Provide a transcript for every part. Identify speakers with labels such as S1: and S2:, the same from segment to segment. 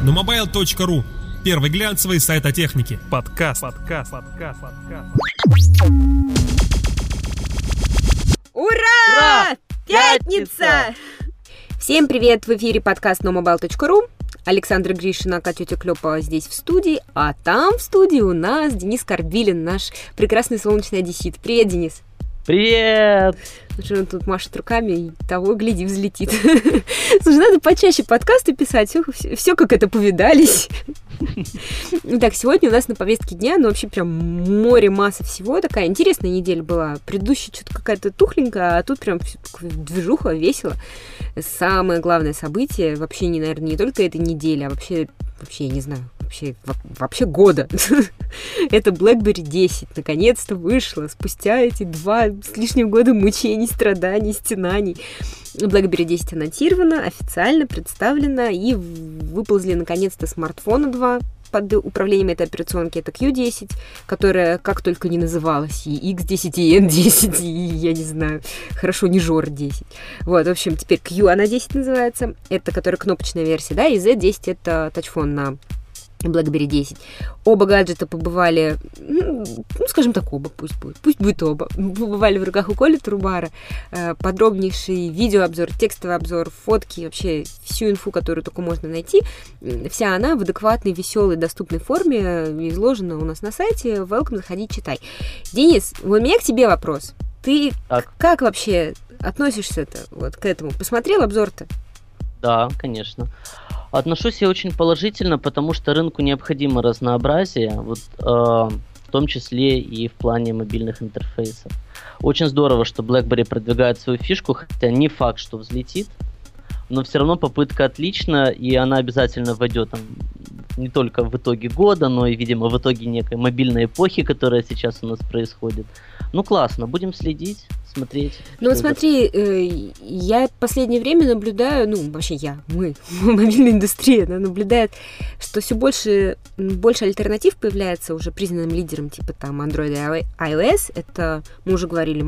S1: nomobile.ru. Первый глянцевый сайт о технике. Подкаст.
S2: Ура! Пятница! Всем привет! В эфире подкаст nomobile.ru. Александра Гришина, тетя Клёпа здесь в студии, а там в студии у нас Денис Карбилин, наш прекрасный солнечный одессит. Привет, Денис!
S3: Привет!
S2: Слушай, он тут машет руками и того, гляди, взлетит. Слушай, надо почаще подкасты писать, все как это повидались. Итак, сегодня у нас на повестке дня, вообще прям море, масса всего. Такая интересная неделя была. Предыдущая что-то какая-то тухленькая, а тут прям движуха, весело. Самое главное событие, вообще, наверное, не только этой недели, а вообще, я не знаю, вообще года. Это BlackBerry 10 наконец-то вышло спустя эти 2 с лишним года мучений, страданий, стенаний. BlackBerry 10 анонсировано, официально представлено, и выползли наконец-то смартфоны 2 под управлением этой операционки. Это Q10, которая как только не называлась, и X10, и N10, и, я не знаю, хорошо, не Жор 10. Вот, в общем, теперь Q, она 10 называется, это которая кнопочная версия, да, и Z10 это тачфон на BlackBerry 10. Оба гаджета побывали, скажем так, оба, пусть будет оба, побывали в руках у Коли Турбара. Подробнейший видеообзор, текстовый обзор, фотки, вообще всю инфу, которую только можно найти, вся она в адекватной, веселой, доступной форме изложена у нас на сайте. Welcome, заходи, читай. Денис, у меня к тебе вопрос. Ты как вообще относишься-то вот к этому? Посмотрел обзор-то?
S3: Да, конечно. Отношусь я очень положительно, потому что рынку необходимо разнообразие, вот, в том числе и в плане мобильных интерфейсов. Очень здорово, что BlackBerry продвигает свою фишку, хотя не факт, что взлетит, но все равно попытка отлична, и она обязательно войдет там, не только в итоге года, но и, видимо, в итоге некой мобильной эпохи, которая сейчас у нас происходит. Ну, классно, будем следить, смотреть.
S2: Ну, вот смотри, я в последнее время наблюдаю, мы, мобильная индустрия, она наблюдает, что все больше альтернатив появляется уже признанным лидером, типа там Android и iOS. Это, мы уже говорили,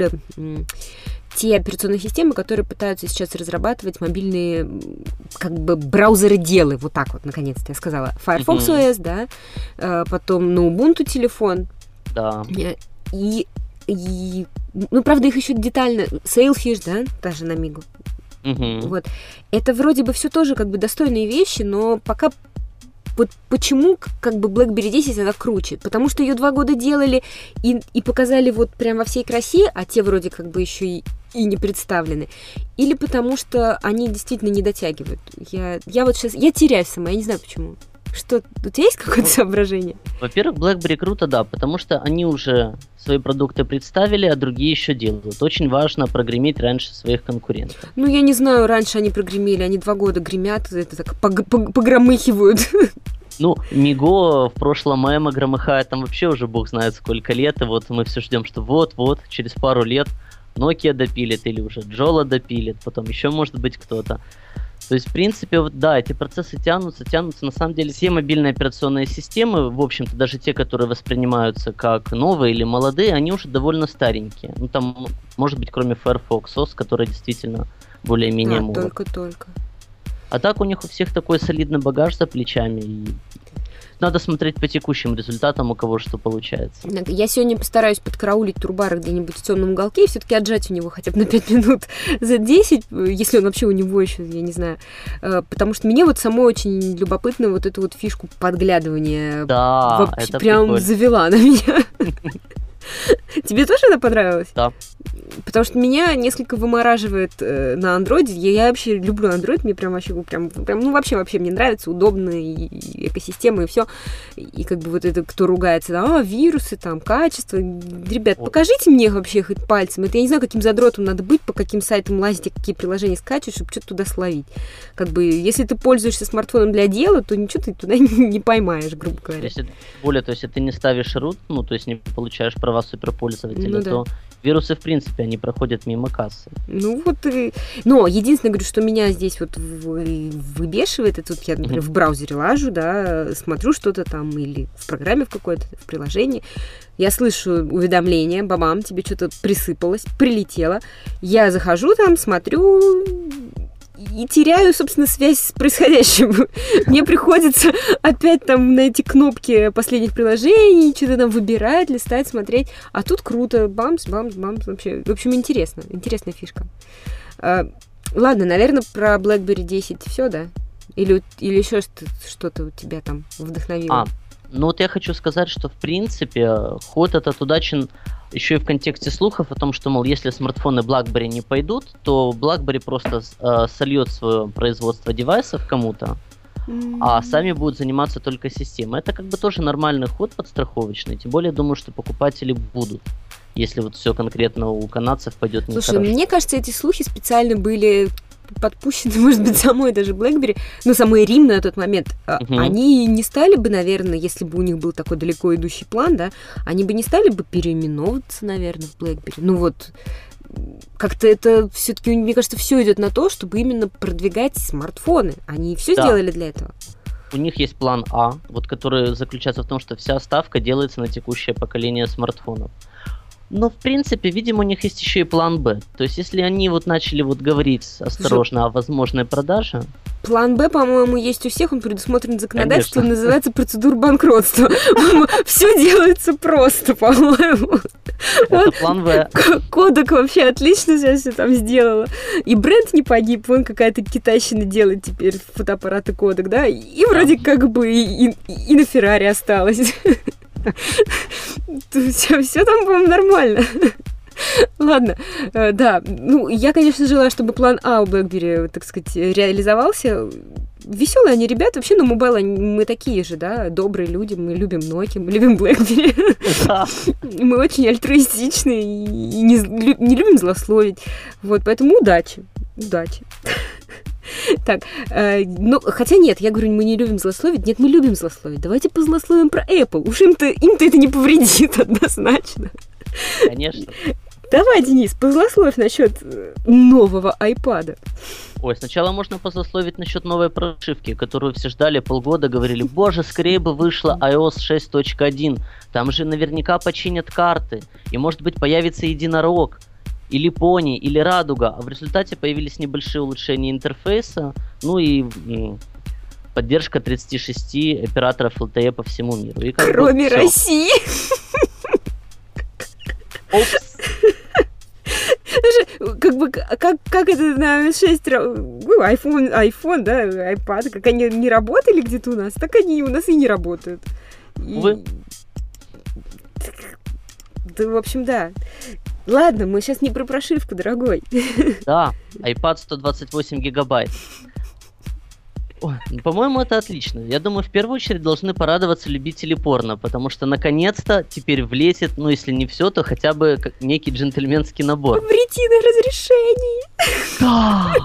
S2: те операционные системы, которые пытаются сейчас разрабатывать мобильные как бы браузеры-делы, вот так вот, наконец-то я сказала. Firefox OS, да, потом на Ubuntu телефон.
S3: Да.
S2: И правда, их еще детально... Sailfish, да, даже на Мигу. Вот. Это вроде бы все тоже как бы достойные вещи, но пока... Вот почему как бы BlackBerry 10 она круче? Потому что ее 2 года делали и показали вот прям во всей красе, а те вроде как бы еще и не представлены. Или потому что они действительно не дотягивают. Я вот сейчас... Я теряюсь сама, я не знаю почему. Что, у тебя есть какое-то соображение?
S3: Во-первых, BlackBerry круто, да, потому что они уже свои продукты представили, а другие еще делают. Очень важно прогреметь раньше своих конкурентов.
S2: Ну, я не знаю, раньше они прогремели, они 2 года гремят, это так погромыхивают.
S3: Ну, Миго в прошлом Эмо громыхает, там вообще уже бог знает сколько лет, и вот мы все ждем, что вот-вот, через пару лет Nokia допилит, или уже Джола допилит, потом еще может быть кто-то. То есть, в принципе, вот, да, эти процессы тянутся. На самом деле, все мобильные операционные системы, в общем-то, даже те, которые воспринимаются как новые или молодые, они уже довольно старенькие. Ну, там, может быть, кроме Firefox OS, который действительно более-менее молод.
S2: Только.
S3: А так у них у всех такой солидный багаж за плечами, и надо смотреть по текущим результатам, у кого что получается.
S2: Я сегодня постараюсь подкараулить Турбара где-нибудь в темном уголке и все-таки отжать у него хотя бы на 5 минут за 10, если он вообще у него еще, я не знаю. Потому что мне вот самой очень любопытно вот эту вот фишку подглядывания.
S3: Да,
S2: вообще
S3: это
S2: прям
S3: прикольно.
S2: Завела на меня. Тебе тоже она понравилась?
S3: Да.
S2: Потому что меня несколько вымораживает на андроиде. Я вообще люблю андроид, мне прям вообще, вообще мне нравится, удобно, и экосистема, и все. И как бы вот это, кто ругается, вирусы, там, качество. Ребят, покажите мне вообще хоть пальцем. Это я не знаю, каким задротом надо быть, по каким сайтам лазить, какие приложения скачивать, чтобы что-то туда словить. Как бы, если ты пользуешься смартфоном для дела, то ничего ты туда не поймаешь, грубо говоря.
S3: Если ты не ставишь root, то есть не получаешь права суперпользователя, то вирусы, в принципе, они проходят мимо кассы.
S2: Но единственное, говорю, что меня здесь вот выбешивает, это вот я, например, в браузере лажу, да, смотрю что-то там или в программе в какой-то, в приложении, я слышу уведомление, бабам, тебе что-то присыпалось, прилетело, я захожу там, смотрю, и теряю, собственно, связь с происходящим. Мне приходится опять там на эти кнопки последних приложений, что-то там выбирать, листать, смотреть. А тут круто. Бамс, бамс, бамс. Вообще, в общем, интересно. Интересная фишка. Ладно, наверное, про BlackBerry 10 все, да? Или еще что-то у тебя там вдохновило?
S3: Ну вот я хочу сказать, что в принципе ход этот удачен еще и в контексте слухов о том, что, мол, если смартфоны BlackBerry не пойдут, то BlackBerry просто сольет свое производство девайсов кому-то, а сами будут заниматься только системой. Это как бы тоже нормальный ход подстраховочный, тем более думаю, что покупатели будут, если вот все конкретно у канадцев пойдет нехорошо.
S2: Слушай, мне кажется, эти слухи специально были подпущены, может быть, самой даже BlackBerry, ну, самой RIM на тот момент, они не стали бы, наверное, если бы у них был такой далеко идущий план, да, они бы не стали бы переименовываться, наверное, в BlackBerry. Ну вот, как-то это все-таки, мне кажется, все идет на то, чтобы именно продвигать смартфоны. Они все сделали для этого.
S3: У них есть план А, вот, который заключается в том, что вся ставка делается на текущее поколение смартфонов. Но, в принципе, видимо, у них есть еще и план Б. То есть, если они вот начали вот говорить осторожно о возможной продаже...
S2: План Б, по-моему, есть у всех, он предусмотрен законодательством, называется процедура банкротства. Все делается просто, по-моему.
S3: Это план В.
S2: Кодек вообще отлично сейчас все там сделала. И бренд не погиб, вон какая-то китайщина делает теперь фотоаппараты Кодек, да? И вроде как бы и на Феррари осталось. Все там, по-моему, нормально. Ладно, да. Ну, я, конечно, желаю, чтобы план А у BlackBerry, так сказать, реализовался. Веселые они ребята. Вообще, на Mobile мы такие же, да, добрые люди. Мы любим Nokia, мы любим BlackBerry.
S3: Да.
S2: Мы очень альтруистичны и не любим злословить. Вот, поэтому удачи. Удачи. Так, ну, хотя нет, я говорю, мы не любим злословить. Нет, мы любим злословить. Давайте позлословим про Apple. Уж им-то это не повредит однозначно.
S3: Конечно.
S2: Давай, Денис, позлословь насчет нового iPad.
S3: Ой, сначала можно позлословить насчет новой прошивки, которую все ждали полгода, говорили, боже, скорее бы вышла iOS 6.1, там же наверняка починят карты, и может быть появится единорог, или пони, или радуга, а в результате появились небольшие улучшения интерфейса, ну и поддержка 36 операторов LTE по всему миру. И
S2: кроме России.
S3: Опс.
S2: Как бы, как это на 6 iPhone, да, iPad, как они не работали где-то у нас, так они у нас и не работают.
S3: Вы?
S2: Да, в общем, да. Ладно, мы сейчас не про прошивку, дорогой.
S3: Да, iPad 128 гигабайт. Ой, по-моему, это отлично. Я думаю, в первую очередь должны порадоваться любители порно, потому что наконец-то теперь влезет, ну, если не все, то хотя бы некий джентльменский набор.
S2: В ретино-разрешении.
S3: Да!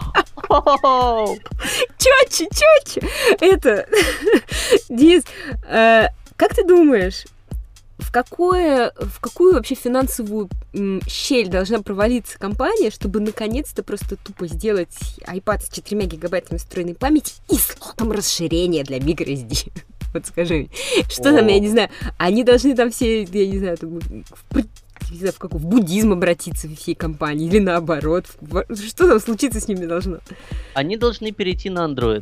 S2: Чётче. Это... Денис, как ты думаешь, в какую вообще финансовую щель должна провалиться компания, чтобы наконец-то просто тупо сделать iPad с 4 гигабайтами встроенной памяти и слотом расширения для microSD? Вот скажи, что там, я не знаю, они должны там все, я не знаю, в буддизм обратиться всей компании или наоборот? Что там случиться с ними должно?
S3: Они должны перейти на Android.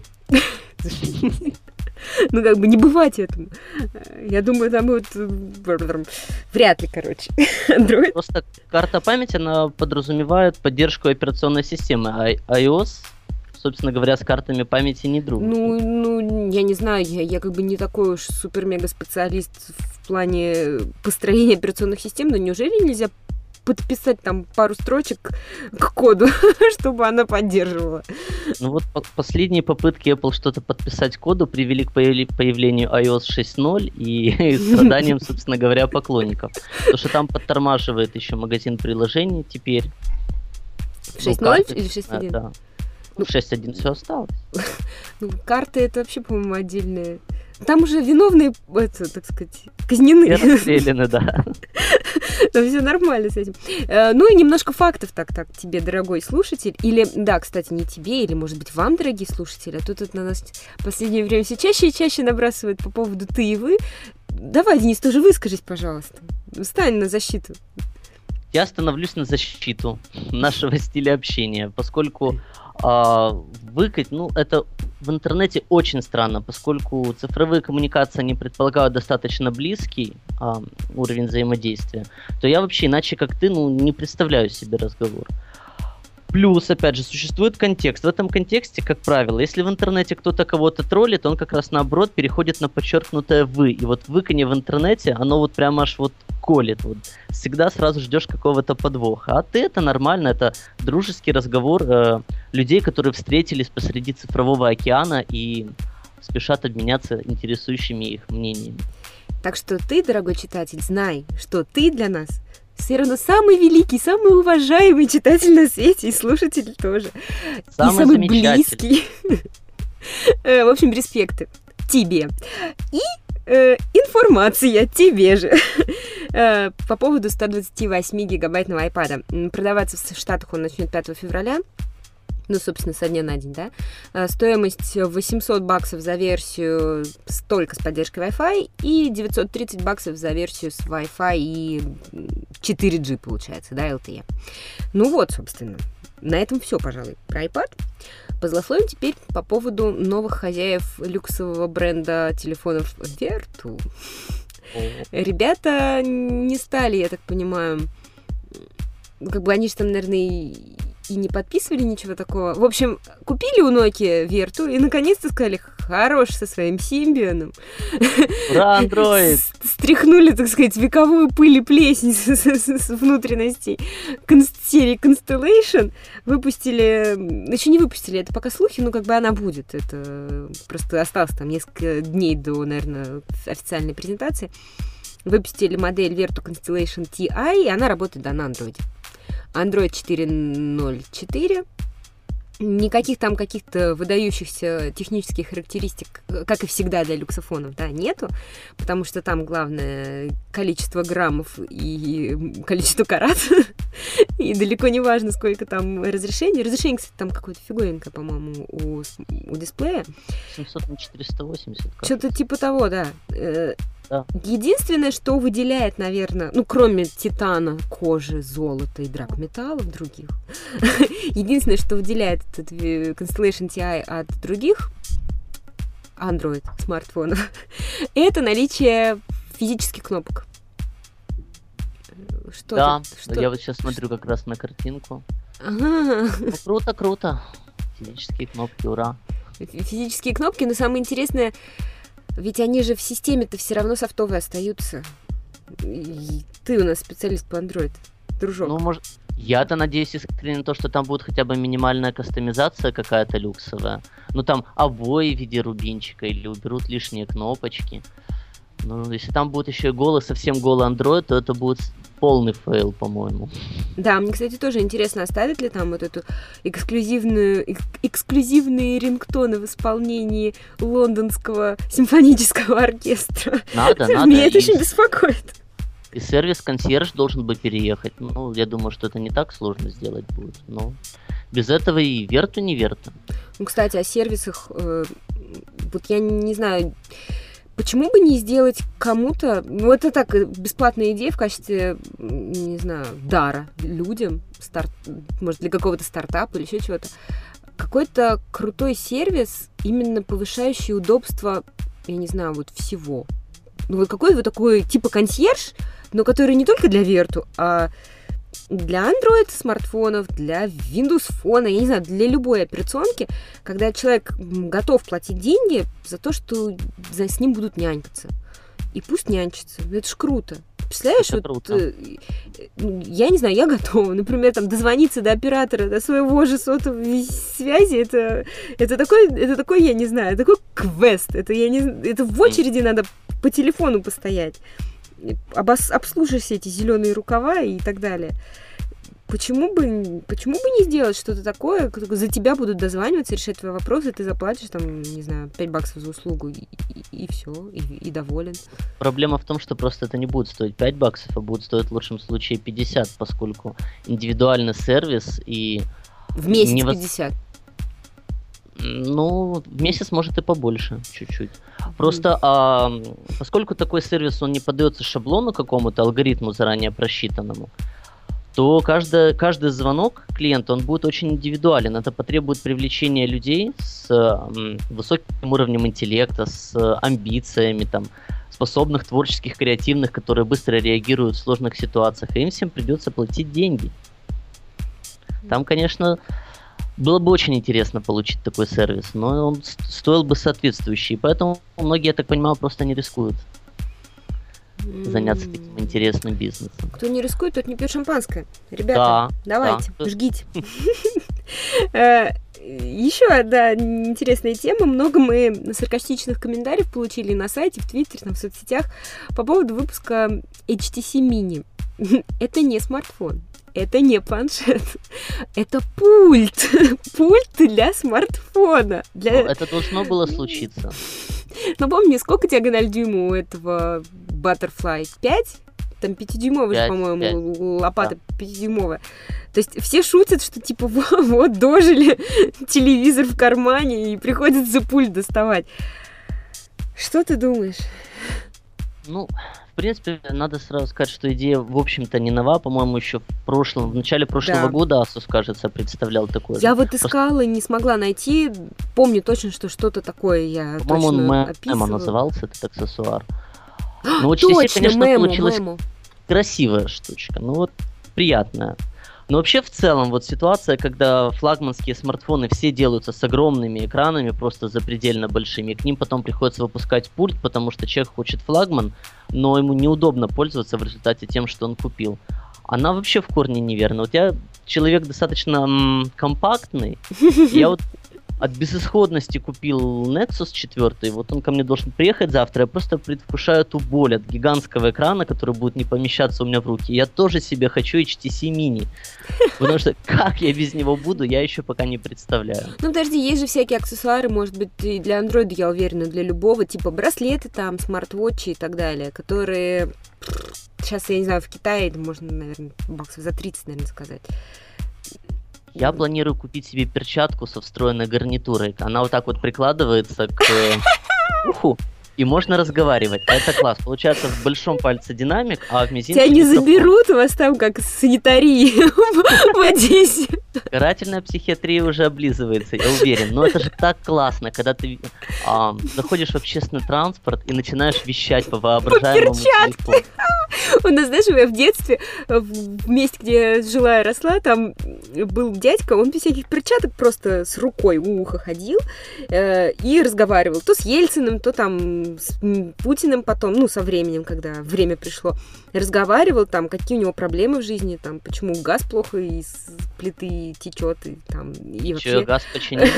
S2: Ну, как бы не бывать этому. Я думаю, там вот... Вряд ли, короче. Android.
S3: Просто карта памяти, она подразумевает поддержку операционной системы, а iOS, собственно говоря, с картами памяти не дружит.
S2: Ну, я не знаю, я как бы не такой уж супер-мега-специалист в плане построения операционных систем, но неужели нельзя подписать там пару строчек к коду, чтобы она поддерживала?
S3: Ну вот последние попытки Apple что-то подписать к коду привели к появлению iOS 6.0 и страданиям, собственно говоря, поклонников. Потому что там подтормаживает еще магазин приложений теперь.
S2: 6.0 или 6.1?
S3: Да. Ну, 6.1 все осталось.
S2: Ну, карты это вообще, по-моему, отдельные. Там уже виновные, это, так сказать, казнены.
S3: Расстреляны, да.
S2: Там все нормально с этим. Ну и немножко фактов так тебе, дорогой слушатель. Или, да, кстати, не тебе, или, может быть, вам, дорогие слушатели. А тут это на нас в последнее время все чаще и чаще набрасывает по поводу ты и вы. Давай, Денис, тоже выскажись, пожалуйста. Встань на защиту.
S3: Я становлюсь на защиту нашего стиля общения, поскольку Выкать, это в интернете очень странно, поскольку цифровые коммуникации, они предполагают достаточно близкий уровень взаимодействия, то я вообще иначе как ты, не представляю себе разговор. Плюс, опять же, существует контекст. В этом контексте, как правило, если в интернете кто-то кого-то троллит, он как раз наоборот переходит на подчеркнутое «вы». И вот выканье в интернете, оно вот прямо аж вот колет. Вот. Всегда сразу ждешь какого-то подвоха. А ты это нормально, это дружеский разговор людей, которые встретились посреди цифрового океана и спешат обменяться интересующими их мнениями.
S2: Так что ты, дорогой читатель, знай, что ты для нас все равно самый великий, самый уважаемый читатель на свете, и слушатель тоже.
S3: Самый
S2: близкий. В общем, респекты тебе. И информация тебе же. По поводу 128 гигабайтного iPad. Продаваться в Штатах он начнет 5 февраля. Собственно, со дня на день, да. Стоимость $800 за версию только с поддержкой Wi-Fi и $930 за версию с Wi-Fi и 4G, получается, да, LTE. Собственно, на этом все, пожалуй, про iPad. Позлословим теперь по поводу новых хозяев люксового бренда телефонов Vertu. Ребята не стали, я так понимаю, они же там, наверное, и не подписывали ничего такого. В общем, купили у Nokia Vertu и наконец-то сказали: хорош со своим Symbian.
S3: Ура, Android!
S2: Стряхнули, так сказать, вековую пыль и плесень с внутренностей серии Constellation. Выпустили... Еще не выпустили, это пока слухи, но она будет. Это просто осталось там несколько дней до, наверное, официальной презентации. Выпустили модель Vertu Constellation TI, и она работает, да, на Android. Android 4.0.4. Никаких там каких-то выдающихся технических характеристик, как и всегда для люксофонов, да, нету, потому что там главное количество граммов и количество карат, и далеко не важно, сколько там разрешений. Разрешение, кстати, там какое-то фиговенькое, по-моему, у дисплея.
S3: 700 на 480.
S2: Что-то типа того, да.
S3: Да.
S2: Единственное, что выделяет, наверное, кроме титана, кожи, золота и драгметаллов других, единственное, что выделяет этот Constellation TI от других Android смартфонов, это наличие физических кнопок.
S3: Я вот сейчас смотрю как раз на картинку.
S2: Ага.
S3: Круто. Физические кнопки, ура.
S2: Физические кнопки, но самое интересное, ведь они же в системе-то все равно софтовые остаются. И ты у нас специалист по Android, дружок.
S3: Я-то надеюсь искренне на то, что там будет хотя бы минимальная кастомизация какая-то люксовая. Там обои в виде рубинчика или уберут лишние кнопочки. Если там будет еще и совсем голый Android, то это будет полный фейл, по-моему.
S2: Да, мне, кстати, тоже интересно, оставят ли там вот эту эксклюзивные рингтоны в исполнении лондонского симфонического оркестра.
S3: Надо.
S2: Меня это очень беспокоит.
S3: И сервис-консьерж должен бы переехать. Я думаю, что это не так сложно сделать будет. Но без этого и Vertu не Vertu.
S2: Кстати, о сервисах, я не знаю... Почему бы не сделать кому-то, это так, бесплатная идея в качестве, не знаю, дара людям, может, для какого-то стартапа или еще чего-то, какой-то крутой сервис, именно повышающий удобство, я не знаю, всего. Какой-то такой типа консьерж, но который не только для Vertu, а для Android смартфонов, для Windows фона, я не знаю, для любой операционки, когда человек готов платить деньги за то, что с ним будут нянькаться. И пусть нянчится. Это ж круто. Представляешь,
S3: круто.
S2: Я не знаю, я готова, например, дозвониться до оператора, до своего же сотовой связи, это такой, я не знаю, такой квест, это в очереди надо по телефону постоять. Обслужишь все эти зеленые рукава и так далее. Почему бы не сделать что-то такое, за тебя будут дозваниваться, решать твои вопросы, ты заплатишь, не знаю, $5 за услугу, и все, и доволен.
S3: Проблема в том, что просто это не будет стоить $5, а будет стоить в лучшем случае 50, поскольку индивидуальный сервис и...
S2: В месяц 50?
S3: В месяц может и побольше, чуть-чуть. Просто поскольку такой сервис, он не поддается шаблону какому-то, алгоритму заранее просчитанному, то каждый звонок клиента, он будет очень индивидуален. Это потребует привлечения людей с высоким уровнем интеллекта, с амбициями, там, способных, творческих, креативных, которые быстро реагируют в сложных ситуациях. И им всем придется платить деньги. Там, конечно, было бы очень интересно получить такой сервис, но он стоил бы соответствующий. Поэтому многие, я так понимаю, просто не рискуют заняться таким интересным бизнесом.
S2: Кто не рискует, тот не пьет шампанское. Ребята, давайте, жгите. Еще одна интересная тема. Много мы саркастичных комментариев получили на сайте, в Твиттере, в соцсетях по поводу выпуска HTC Mini. Это не смартфон. Это не планшет, это пульт. Пульт для смартфона.
S3: Это должно было случиться.
S2: Ну, помни, сколько диагональ дюйма у этого Butterfly? 5? Там 5-дюймовая, по-моему, лопата 5-дюймовая. То есть все шутят, что типа вот дожили, телевизор в кармане, и приходится пульт доставать. Что ты думаешь?
S3: Ну, в принципе, надо сразу сказать, что идея, в общем-то, не нова. По-моему, еще в начале прошлого года Asus, кажется, представлял такое.
S2: Я вот искала и не смогла найти. Помню точно, что что-то такое я
S3: по-моему,
S2: точно
S3: он
S2: описывала.
S3: Назывался этот аксессуар. Ну, вот
S2: точно,
S3: конечно, получилась
S2: Memo.
S3: Красивая штучка. Ну, вот приятная. Но вообще, в целом, вот ситуация, когда флагманские смартфоны все делаются с огромными экранами, просто запредельно большими, и к ним потом приходится выпускать пульт, потому что человек хочет флагман, но ему неудобно пользоваться в результате тем, что он купил. Она вообще в корне неверна. Вот я человек достаточно компактный, я вот от безысходности купил Nexus 4, вот он ко мне должен приехать завтра, я просто предвкушаю ту боль от гигантского экрана, который будет не помещаться у меня в руки. Я тоже себе хочу HTC Mini, потому что как я без него буду, я еще пока не представляю.
S2: Ну подожди, есть же всякие аксессуары, может быть, и для Android, я уверена, для любого, типа браслеты там, смарт-вотчи и так далее, которые сейчас, я не знаю, в Китае можно, наверное, баксов за 30, наверное, сказать.
S3: Я планирую купить себе перчатку со встроенной гарнитурой. Она вот так вот прикладывается к уху, и можно разговаривать. А это класс. Получается, в большом пальце динамик, а в мизинце
S2: тебя не
S3: микрофон.
S2: Заберут у вас там, как санитарии в Одессе.
S3: Карательная психиатрия уже облизывается, я уверен. Но это же так классно, когда ты заходишь в общественный транспорт и начинаешь вещать по воображаемому телефону.
S2: У нас, знаешь, в детстве, в месте, где я жила и росла, там был дядька, он без всяких перчаток просто с рукой у уха ходил и разговаривал. То с Ельциным, то там с Путиным потом, ну, со временем, когда время пришло. Разговаривал там, какие у него проблемы в жизни, там, почему газ плохо из плиты течет, и там, и вообще...
S3: Че, газ починили?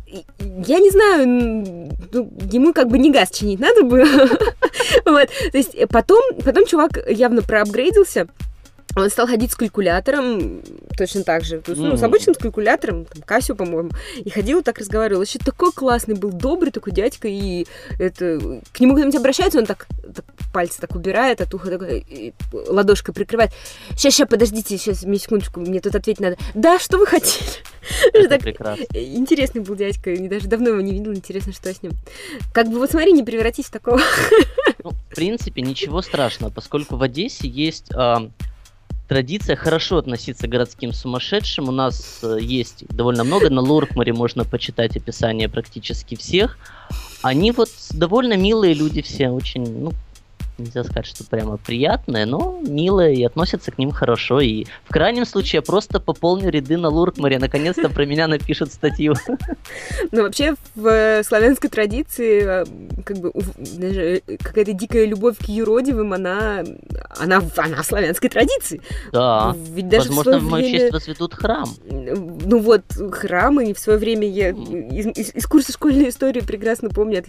S2: Я не знаю, ему как бы не газ чинить надо было. Вот, то есть потом чувак явно проапгрейдился. Он стал ходить с калькулятором, точно так же, то есть, ну, с обычным калькулятором, там, Casio, по-моему, и ходил, так разговаривал. Вообще такой классный был, добрый такой дядька, и это, к нему когда-нибудь обращаются, он так пальцы так убирает от уха, такой, ладошкой прикрывает. Сейчас, подождите, сейчас, секундочку, мне тут ответить надо. Да, что вы хотели?
S3: Это прекрасно.
S2: Интересный был дядька, я даже давно его не видела, интересно, что с ним. Как бы, вот смотри, не превратись в такого.
S3: Ну, в принципе, ничего страшного, поскольку в Одессе есть... традиция хорошо относиться к городским сумасшедшим. У нас есть довольно много. На Лоркморе можно почитать описание практически всех. Они вот довольно милые люди все. Очень, ну, нельзя сказать, что прямо приятные, но милые и относятся к ним хорошо. И в крайнем случае я просто пополню ряды на Лоркморе. Наконец-то про меня напишут статью.
S2: Ну, вообще, в славянской традиции как бы даже какая-то дикая любовь к юродивым, она славянской традиции.
S3: Да,
S2: ведь даже
S3: возможно, в мою честь возведут храм. Ну
S2: вот, храм, и в свое время я из курса школьной истории прекрасно помню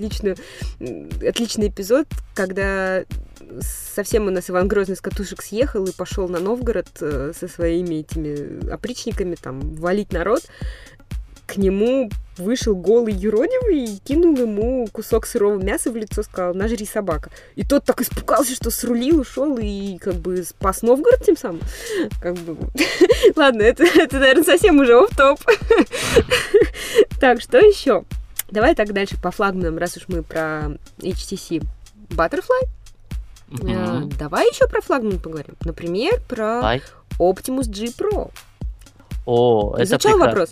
S2: отличный эпизод, когда совсем у нас Иван Грозный с катушек съехал и пошел на Новгород со своими этими опричниками там валить народ. К нему вышел голый юродивый и кинул ему кусок сырого мяса в лицо, сказал: нажри, собака. И тот так испугался, что срулил, ушел и как бы спас Новгород тем самым. Как бы... Ладно, это, наверное, совсем уже офф-топ. Так, что еще? Давай так дальше по флагманам, раз уж мы про HTC Butterfly. Давай еще про флагман поговорим. Например, про Optimus G Pro.
S3: О, это
S2: Изучал
S3: прекрасно.
S2: вопрос?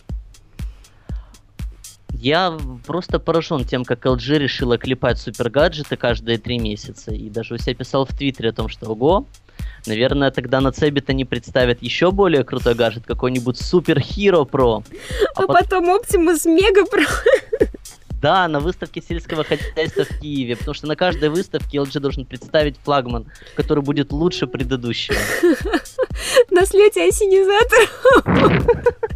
S3: Я просто поражен тем, как LG решила клепать супергаджеты каждые 3 месяца. И даже у себя писал в Твиттере о том, что ого, наверное, тогда на Цебит они представят еще более крутой гаджет, какой-нибудь Super Hero Pro.
S2: А потом Optimus Mega Pro.
S3: Да, на выставке сельского хозяйства в Киеве, потому что на каждой выставке LG должен представить флагман, который будет лучше предыдущего.
S2: На слете осенизатор.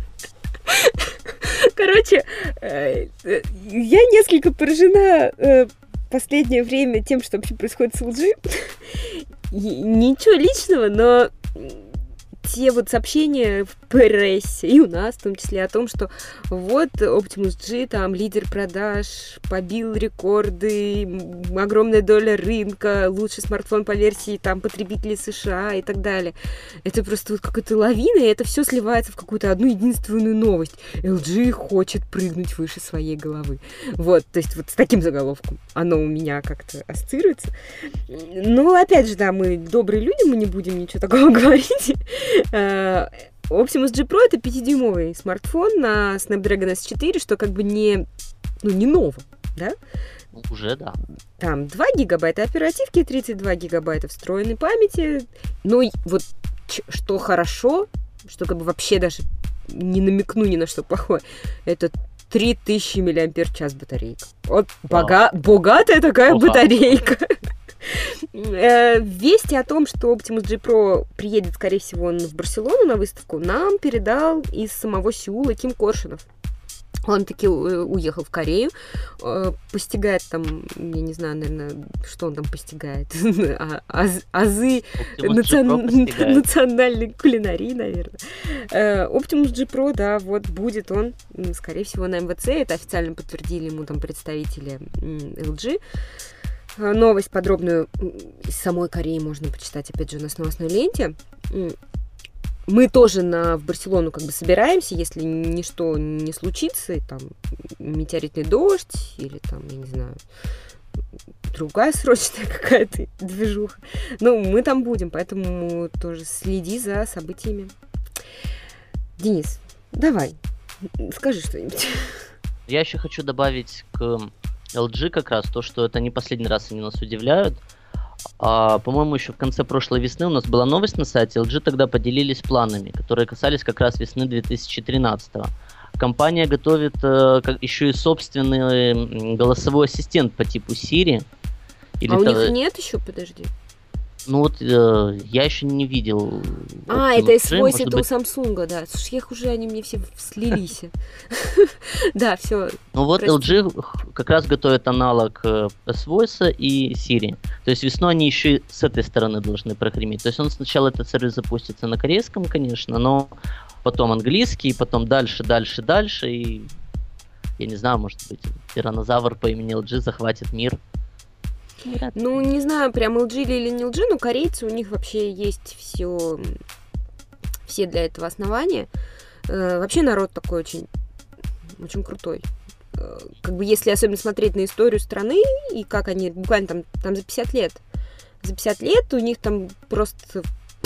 S2: Короче, я несколько поражена в последнее время тем, что вообще происходит с LG. Ничего личного, но те вот сообщения в прессе, и у нас в том числе, о том, что вот Optimus G, там, лидер продаж, побил рекорды, огромная доля рынка, лучший смартфон по версии, там, потребителей США и так далее. Это просто вот какая-то лавина, и это все сливается в какую-то одну единственную новость. LG хочет прыгнуть выше своей головы. Вот, то есть вот с таким заголовком оно у меня как-то ассоциируется. Ну, опять же, да, мы добрые люди, мы не будем ничего такого говорить. Optimus G Pro — это 5-дюймовый смартфон на Snapdragon S4, что как бы не ново, да?
S3: Уже да.
S2: Там 2 гигабайта оперативки, 32 гигабайта встроенной памяти. Ну, вот что хорошо, что как бы вообще даже не намекну ни на что плохое, это 3000 мАч батарейка. Вот богатая такая батарейка. Вести о том, что Optimus G Pro приедет, скорее всего, он в Барселону на выставку, нам передал из самого Сеула Ким Коршунов. Он таки уехал в Корею, постигает там, я не знаю, наверное, что он там постигает, азы национальной кулинарии, наверное. Optimus G Pro, да, вот будет он, скорее всего, на МВЦ, это официально подтвердили ему там представители LG. Новость подробную из самой Кореи можно почитать, опять же, у нас в новостной ленте. Мы тоже в Барселону как бы собираемся, если ничто не случится, и там метеоритный дождь или там, я не знаю, другая срочная какая-то движуха. Ну, мы там будем, поэтому тоже следи за событиями. Денис, давай, скажи что-нибудь.
S3: Я еще хочу добавить к LG как раз то, что это не последний раз они нас удивляют. По-моему, еще в конце прошлой весны у нас была новость на сайте. LG тогда поделились планами, которые касались как раз весны 2013. Компания готовит еще и собственный голосовой ассистент по типу Siri.
S2: У них нет еще, подожди.
S3: Ну вот я еще не видел.
S2: Это S8, это у Samsung, да. Слушай, их уже они мне все слились. Да, все.
S3: Ну вот LG как раз готовит аналог S8 и Siri. То есть весной они еще и с этой стороны должны прогреметь. То есть он сначала этот сервис запустится на корейском, конечно, но потом английский, потом дальше. И я не знаю, может быть, тираннозавр по имени LG захватит мир.
S2: Ну, не знаю, прям LG или не LG, но корейцы, у них вообще есть все для этого основания. Вообще народ такой очень, очень крутой. Как бы если особенно смотреть на историю страны, и как они буквально там за 50 лет. За 50 лет у них там просто...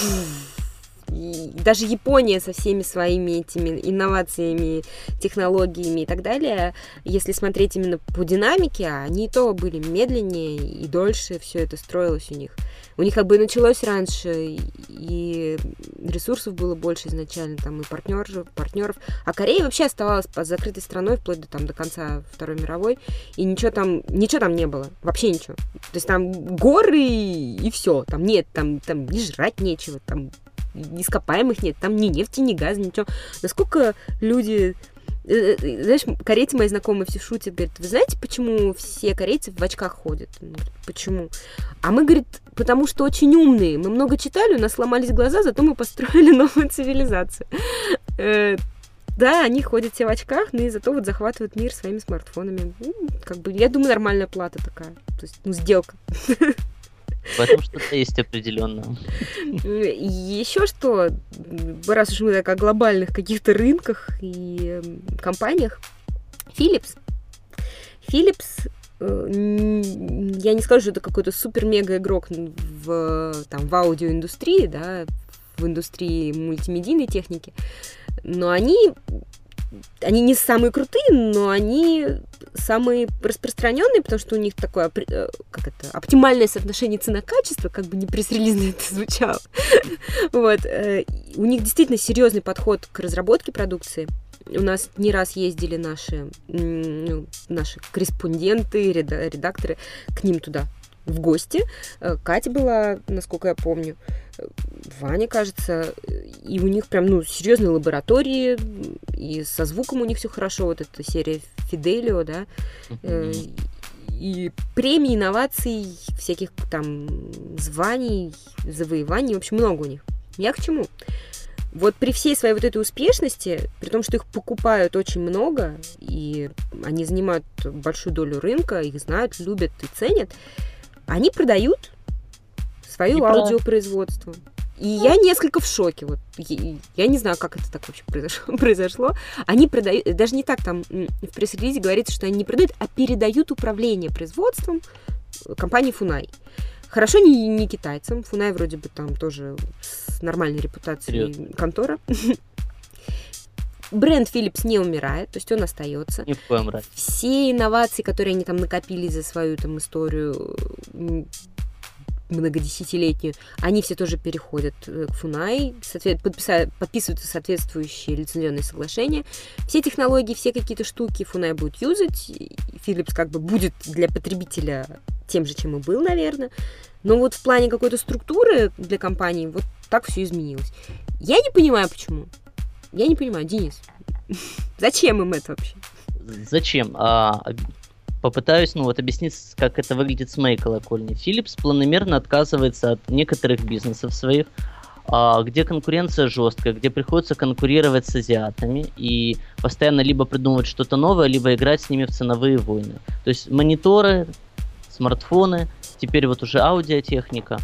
S2: И даже Япония со всеми своими этими инновациями, технологиями и так далее, если смотреть именно по динамике, они то были медленнее и дольше все это строилось у них. У них как бы началось раньше, и ресурсов было больше изначально, там и партнеров. А Корея вообще оставалась закрытой страной вплоть до конца Второй мировой, и ничего там не было, вообще ничего. То есть там горы и все, там нет, там ни жрать нечего, там ископаемых нет, там ни нефти, ни газа, ничего. Насколько люди... Знаешь, корейцы мои знакомые все шутят, говорят, вы знаете, почему все корейцы в очках ходят? Говорят, почему? А мы, говорит, потому что очень умные. Мы много читали, у нас сломались глаза, зато мы построили новую цивилизацию. Да, они ходят все в очках, но и зато вот захватывают мир своими смартфонами. Как бы, я думаю, нормальная плата такая. То есть, сделка.
S3: В этом что-то есть определенно.
S2: Еще что, раз уж мы так о глобальных каких-то рынках и компаниях, Philips, я не скажу, что это какой-то супер-мега игрок в аудиоиндустрии, да, в в индустрии мультимедийной техники. Но они не самые крутые, но они самые распространенные, потому что у них такое оптимальное соотношение цена-качество, как бы не пресс-релизно это звучало. Вот. У них действительно серьезный подход к разработке продукции. У нас не раз ездили наши корреспонденты, редакторы к ним туда в гости. Катя была, насколько я помню, Ваня, кажется, и у них прям, серьезные лаборатории, и со звуком у них все хорошо, вот эта серия Фиделио, да, и премии, инноваций, всяких там званий, завоеваний, в общем, много у них. Я к чему? Вот при всей своей вот этой успешности, при том, что их покупают очень много, и они занимают большую долю рынка, их знают, любят и ценят, они продают свое аудиопроизводство. И я несколько в шоке. Вот. Я не знаю, как это так вообще произошло. Они продают, даже не так там в пресс-релизе говорится, что они не продают, а передают управление производством компании Funai. Хорошо не китайцам. Funai вроде бы там тоже с нормальной репутацией контора. Бренд Philips не умирает, то есть он остается.
S3: Не в коем разе.
S2: Все инновации, которые они там накопили за свою там историю многодесятилетнюю, они все тоже переходят к Funai, подписываются соответствующие лицензионные соглашения. Все технологии, все какие-то штуки Funai будет юзать. Philips как бы будет для потребителя тем же, чем и был, наверное. Но вот в плане какой-то структуры для компании вот так все изменилось. Я не понимаю, почему. Я не понимаю, Денис. Зачем им это вообще?
S3: Зачем? Попытаюсь, объяснить, как это выглядит с моей колокольни. Philips планомерно отказывается от некоторых бизнесов своих, где конкуренция жесткая, где приходится конкурировать с азиатами и постоянно либо придумывать что-то новое, либо играть с ними в ценовые войны. То есть мониторы, смартфоны, теперь вот уже аудиотехника.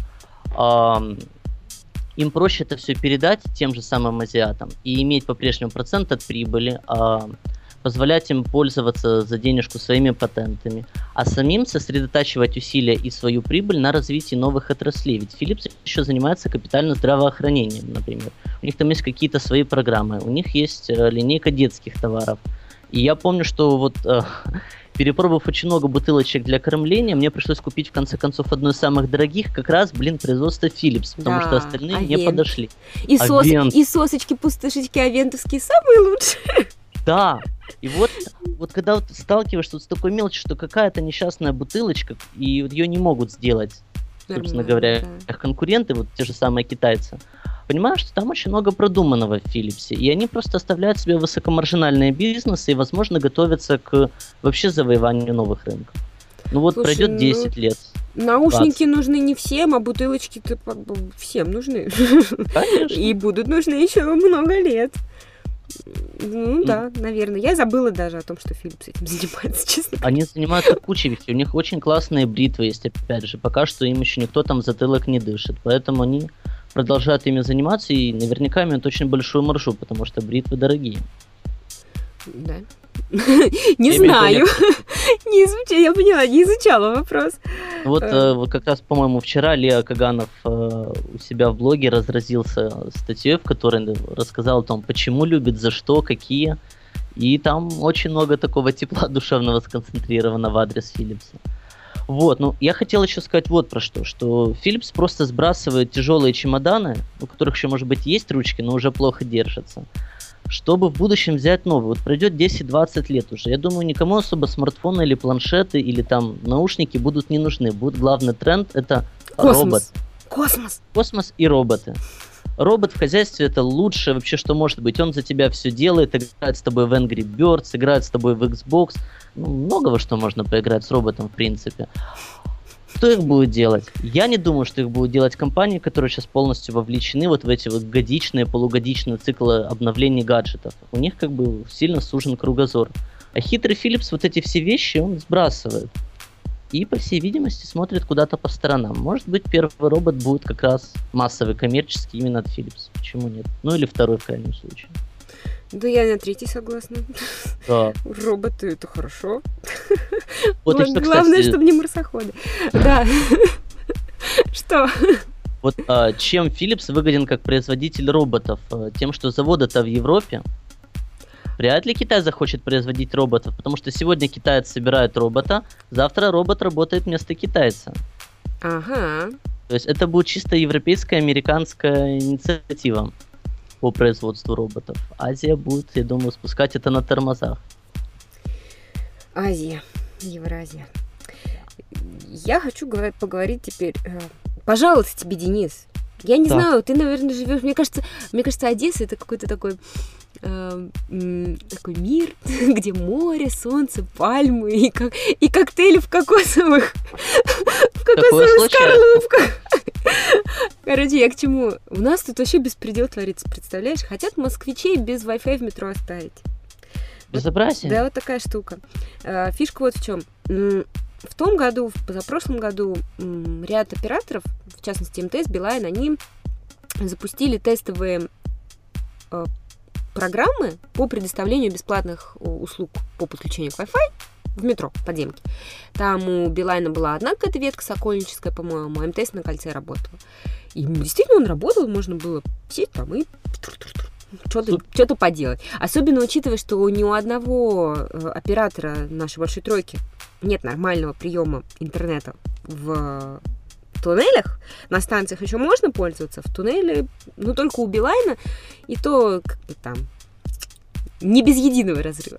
S3: Им проще это все передать тем же самым азиатам и иметь по-прежнему процент от прибыли, позволять им пользоваться за денежку своими патентами, а самим сосредотачивать усилия и свою прибыль на развитии новых отраслей. Ведь Philips еще занимается капитальным здравоохранением, например. У них там есть какие-то свои программы, у них есть линейка детских товаров. И я помню, что перепробовав очень много бутылочек для кормления, мне пришлось купить, в конце концов, одну из самых дорогих, как раз, производство Philips, потому что остальные не подошли.
S2: И сосочки-пустышечки авентовские самые лучшие.
S3: Да, и вот когда сталкиваешься с такой мелочью, что какая-то несчастная бутылочка, и ее не могут сделать, собственно говоря, конкуренты, те же самые китайцы, понимаешь, что там очень много продуманного в Philips, и они просто оставляют себе высокомаржинальные бизнесы и, возможно, готовятся к вообще завоеванию новых рынков.
S2: Слушай,
S3: пройдет 10 лет.
S2: Наушники 20. Нужны не всем, а бутылочки-то всем нужны.
S3: Конечно.
S2: И будут нужны еще много лет. Да, наверное. Я забыла даже о том, что Philips этим занимается, честно.
S3: Они занимаются кучей вещей. У них очень классные бритвы есть, опять же. Пока что им еще никто там затылок не дышит. Поэтому они продолжают ими заниматься и наверняка имеют очень большую маржу, потому что бритвы дорогие.
S2: Да. Не знаю. Я поняла, не изучала вопрос.
S3: Вот как раз, по-моему, вчера Лео Каганов у себя в блоге разразился статьей, в которой рассказал о том, почему любит, за что, какие. И там очень много такого тепла душевного сконцентрировано в адрес Philips. Я хотел еще сказать вот про что Philips просто сбрасывает тяжелые чемоданы, у которых еще, может быть, есть ручки, но уже плохо держатся, чтобы в будущем взять новый. Пройдет 10-20 лет уже. Я думаю, никому особо смартфоны или планшеты, или там наушники будут не нужны. Будет главный тренд — это робот. Космос и роботы. Робот в хозяйстве — это лучшее вообще, что может быть. Он за тебя все делает, играет с тобой в Angry Birds, играет с тобой в Xbox. Много во что можно поиграть с роботом, в принципе. Кто их будет делать? Я не думаю, что их будут делать компании, которые сейчас полностью вовлечены в эти годичные, полугодичные циклы обновлений гаджетов. У них сильно сужен кругозор. А хитрый Philips эти все вещи он сбрасывает. И, по всей видимости, смотрит куда-то по сторонам. Может быть, первый робот будет как раз массовый, коммерческий, именно от Philips. Почему нет? Или второй в крайнем случае.
S2: Да, я на третий согласна.
S3: Да.
S2: Роботы — это хорошо.
S3: Главное,
S2: чтобы не марсоходы. Да. Что?
S3: Вот чем Philips выгоден как производитель роботов? Тем, что заводы-то в Европе. Вряд ли Китай захочет производить роботов, потому что сегодня китаец собирает робота, завтра робот работает вместо китайца.
S2: Ага.
S3: То есть это будет чисто европейская, американская инициатива по производству роботов. Азия будет, я думаю, спускать это на тормозах.
S2: Азия, Евразия. Я хочу поговорить теперь, пожалуйста, тебе, Денис. Я не знаю, ты, наверное, живешь. Мне кажется, Одесса это какой-то такой мир, где море, солнце, пальмы и коктейли в кокосовых скорлупках. Короче, я к чему? У нас тут вообще беспредел творится, представляешь? Хотят москвичей без Wi-Fi в метро оставить.
S3: Безобразие.
S2: Да, вот такая штука. Фишка вот в чем. В том году, в позапрошлом году ряд операторов, в частности МТС, Билайн, они запустили тестовые программы по предоставлению бесплатных услуг по подключению к Wi-Fi в метро, подземки. Там у Билайна была одна какая-то ветка сокольническая, по-моему, а МТС на кольце работала. И действительно он работал, можно было сесть там и что-то поделать. Особенно учитывая, что ни у одного оператора нашей большой тройки нет нормального приема интернета в туннелях. На станциях еще можно пользоваться, в туннеле, ну, только у Билайна, и то как-то там не без единого разрыва.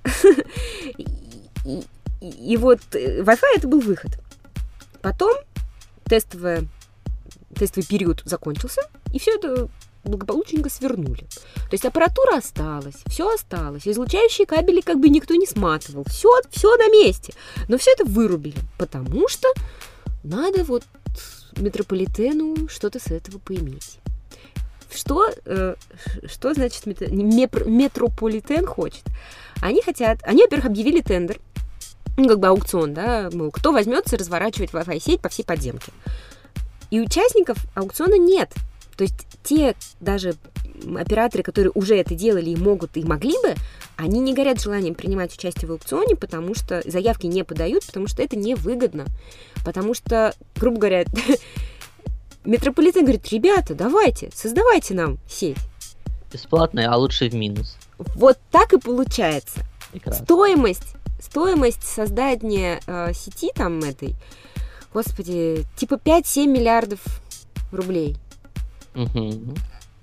S2: И вот Wi-Fi это был выход. Потом тестовый период закончился, и все это благополучненько свернули. То есть аппаратура осталась, все осталось, излучающие кабели как бы никто не сматывал, все на месте. Но все это вырубили, потому что надо вот метрополитену что-то с этого поиметь. Что значит метрополитен хочет? Они, во-первых, объявили тендер, ну, как бы аукцион, да, мол, кто возьмется разворачивать Wi-Fi сеть по всей подземке. И участников аукциона нет. То есть те даже операторы, которые уже это делали и могут, и могли бы, они не горят желанием принимать участие в аукционе, потому что заявки не подают, потому что это невыгодно. Потому что, грубо говоря, метрополитен говорит: ребята, давайте, создавайте нам сеть.
S3: Бесплатная, а лучше в минус.
S2: Вот так и получается.
S3: Прекрасно.
S2: Стоимость создания сети там этой, господи, типа 5-7 миллиардов рублей.
S3: Угу.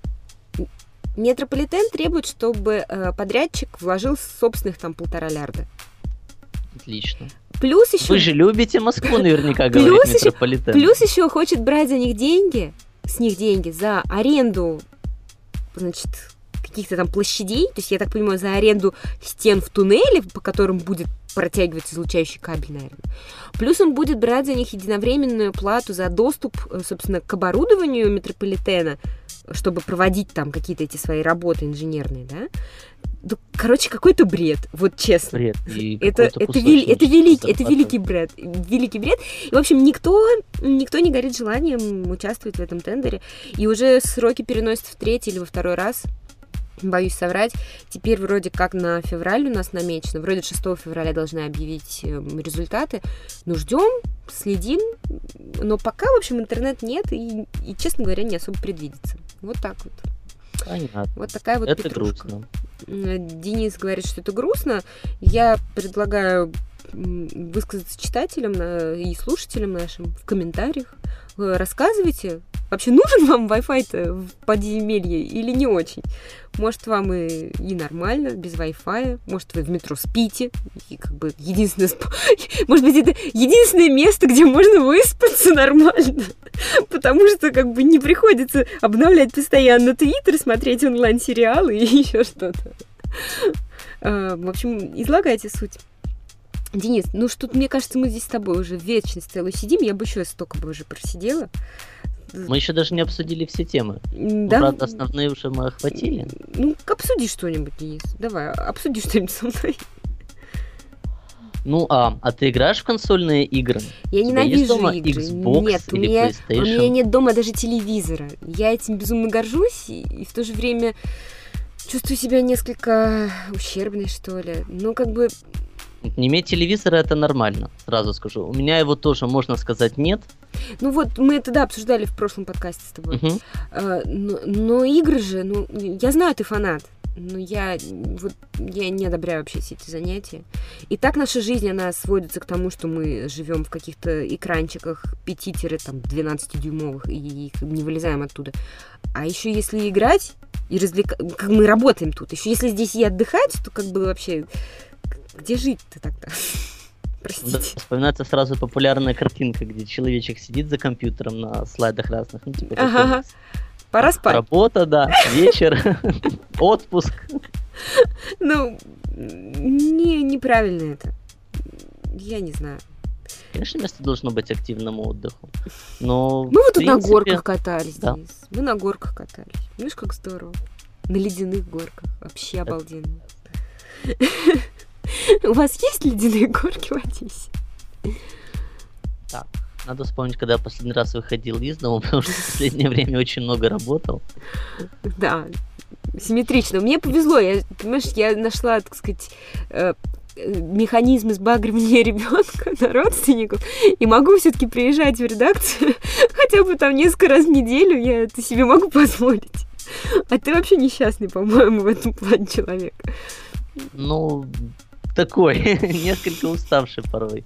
S2: Метрополитен требует, чтобы подрядчик вложил собственных там 1,5 лярда.
S3: Отлично.
S2: Плюс еще...
S3: Вы же любите Москву, наверняка, говорит метрополитен.
S2: Плюс еще хочет брать с них деньги за аренду, значит, каких-то там площадей, то есть, я так понимаю, за аренду стен в туннеле, по которым будет протягивать излучающий кабель, наверное. Плюс он будет брать за них единовременную плату за доступ, собственно, к оборудованию метрополитена, чтобы проводить там какие-то эти свои работы инженерные, да? Ну, короче, какой-то бред, вот честно.
S3: Бред.
S2: Это великий бред. Великий бред. И, в общем, никто не горит желанием участвовать в этом тендере. И уже сроки переносятся в 3-й или во 2-й раз. Боюсь соврать. Теперь вроде как на февраль у нас намечено. Вроде 6 февраля должны объявить результаты. Ну, ждем, следим. Но пока, в общем, интернет нет. И, честно говоря, не особо предвидится. Вот так вот.
S3: Понятно.
S2: Вот такая вот
S3: это
S2: петрушка.
S3: Грустно.
S2: Денис говорит, что это грустно. Я предлагаю высказаться читателям и слушателям нашим в комментариях. Рассказывайте, вообще нужен вам Wi-Fi-то в подземелье или не очень? Может, вам и нормально, без Wi-Fi, может, вы в метро спите, и как бы может быть, это единственное место, где можно выспаться нормально, потому что как бы не приходится обновлять постоянно Твиттер, смотреть онлайн-сериалы и еще что-то. В общем, излагайте суть. Денис, ну что, мне кажется, мы здесь с тобой уже вечность целую сидим, я бы еще столько бы уже просидела.
S3: Мы еще даже не обсудили все темы.
S2: Да?
S3: Ну, правда, основные уже мы охватили.
S2: Ну, обсуди что-нибудь, Денис. Давай, обсуди что-нибудь со мной.
S3: Ну, а ты играешь в консольные игры?
S2: Я ненавижу игры.
S3: Xbox
S2: нет,
S3: или PlayStation?
S2: У меня нет дома даже телевизора. Я этим безумно горжусь, и в то же время чувствую себя несколько ущербной, что ли. Ну, как бы...
S3: Не иметь телевизора — это нормально, сразу скажу. У меня его тоже, можно сказать, нет.
S2: Ну вот, мы это, да, обсуждали в прошлом подкасте с тобой.
S3: Мгм.
S2: Но игры же, ну, я знаю, ты фанат, но я не одобряю вообще все эти занятия. И так наша жизнь, она сводится к тому, что мы живем в каких-то экранчиках 5-12-дюймовых и их не вылезаем оттуда. А еще если играть и как мы работаем тут, еще если здесь и отдыхать, то как бы вообще где жить-то тогда?
S3: Да,
S2: Простите.
S3: вспоминается сразу популярная картинка, где человечек сидит за компьютером на слайдах разных. Ну, типа,
S2: Ага.
S3: такой
S2: Пора спать.
S3: работа, да, вечер, отпуск.
S2: Ну, неправильно это. Я не знаю.
S3: Конечно, место должно быть активному отдыху. Но,
S2: Мы вот
S3: в
S2: тут на
S3: принципе,
S2: горках катались,
S3: да.
S2: Денис. Мы на горках катались. Видишь, как здорово. На ледяных горках. Вообще обалденно. У вас есть ледяные горки в Одессе?
S3: Так, надо вспомнить, когда я последний раз выходил из дома, потому что в последнее время очень много работал.
S2: Да, симметрично. Мне повезло. Понимаешь, я нашла, так сказать, механизм избагривания ребенка на родственников, и могу все-таки приезжать в редакцию хотя бы там несколько раз в неделю, я это себе могу позволить. А ты вообще несчастный, по-моему, в этом плане человек.
S3: Ну, такой, несколько уставший порой.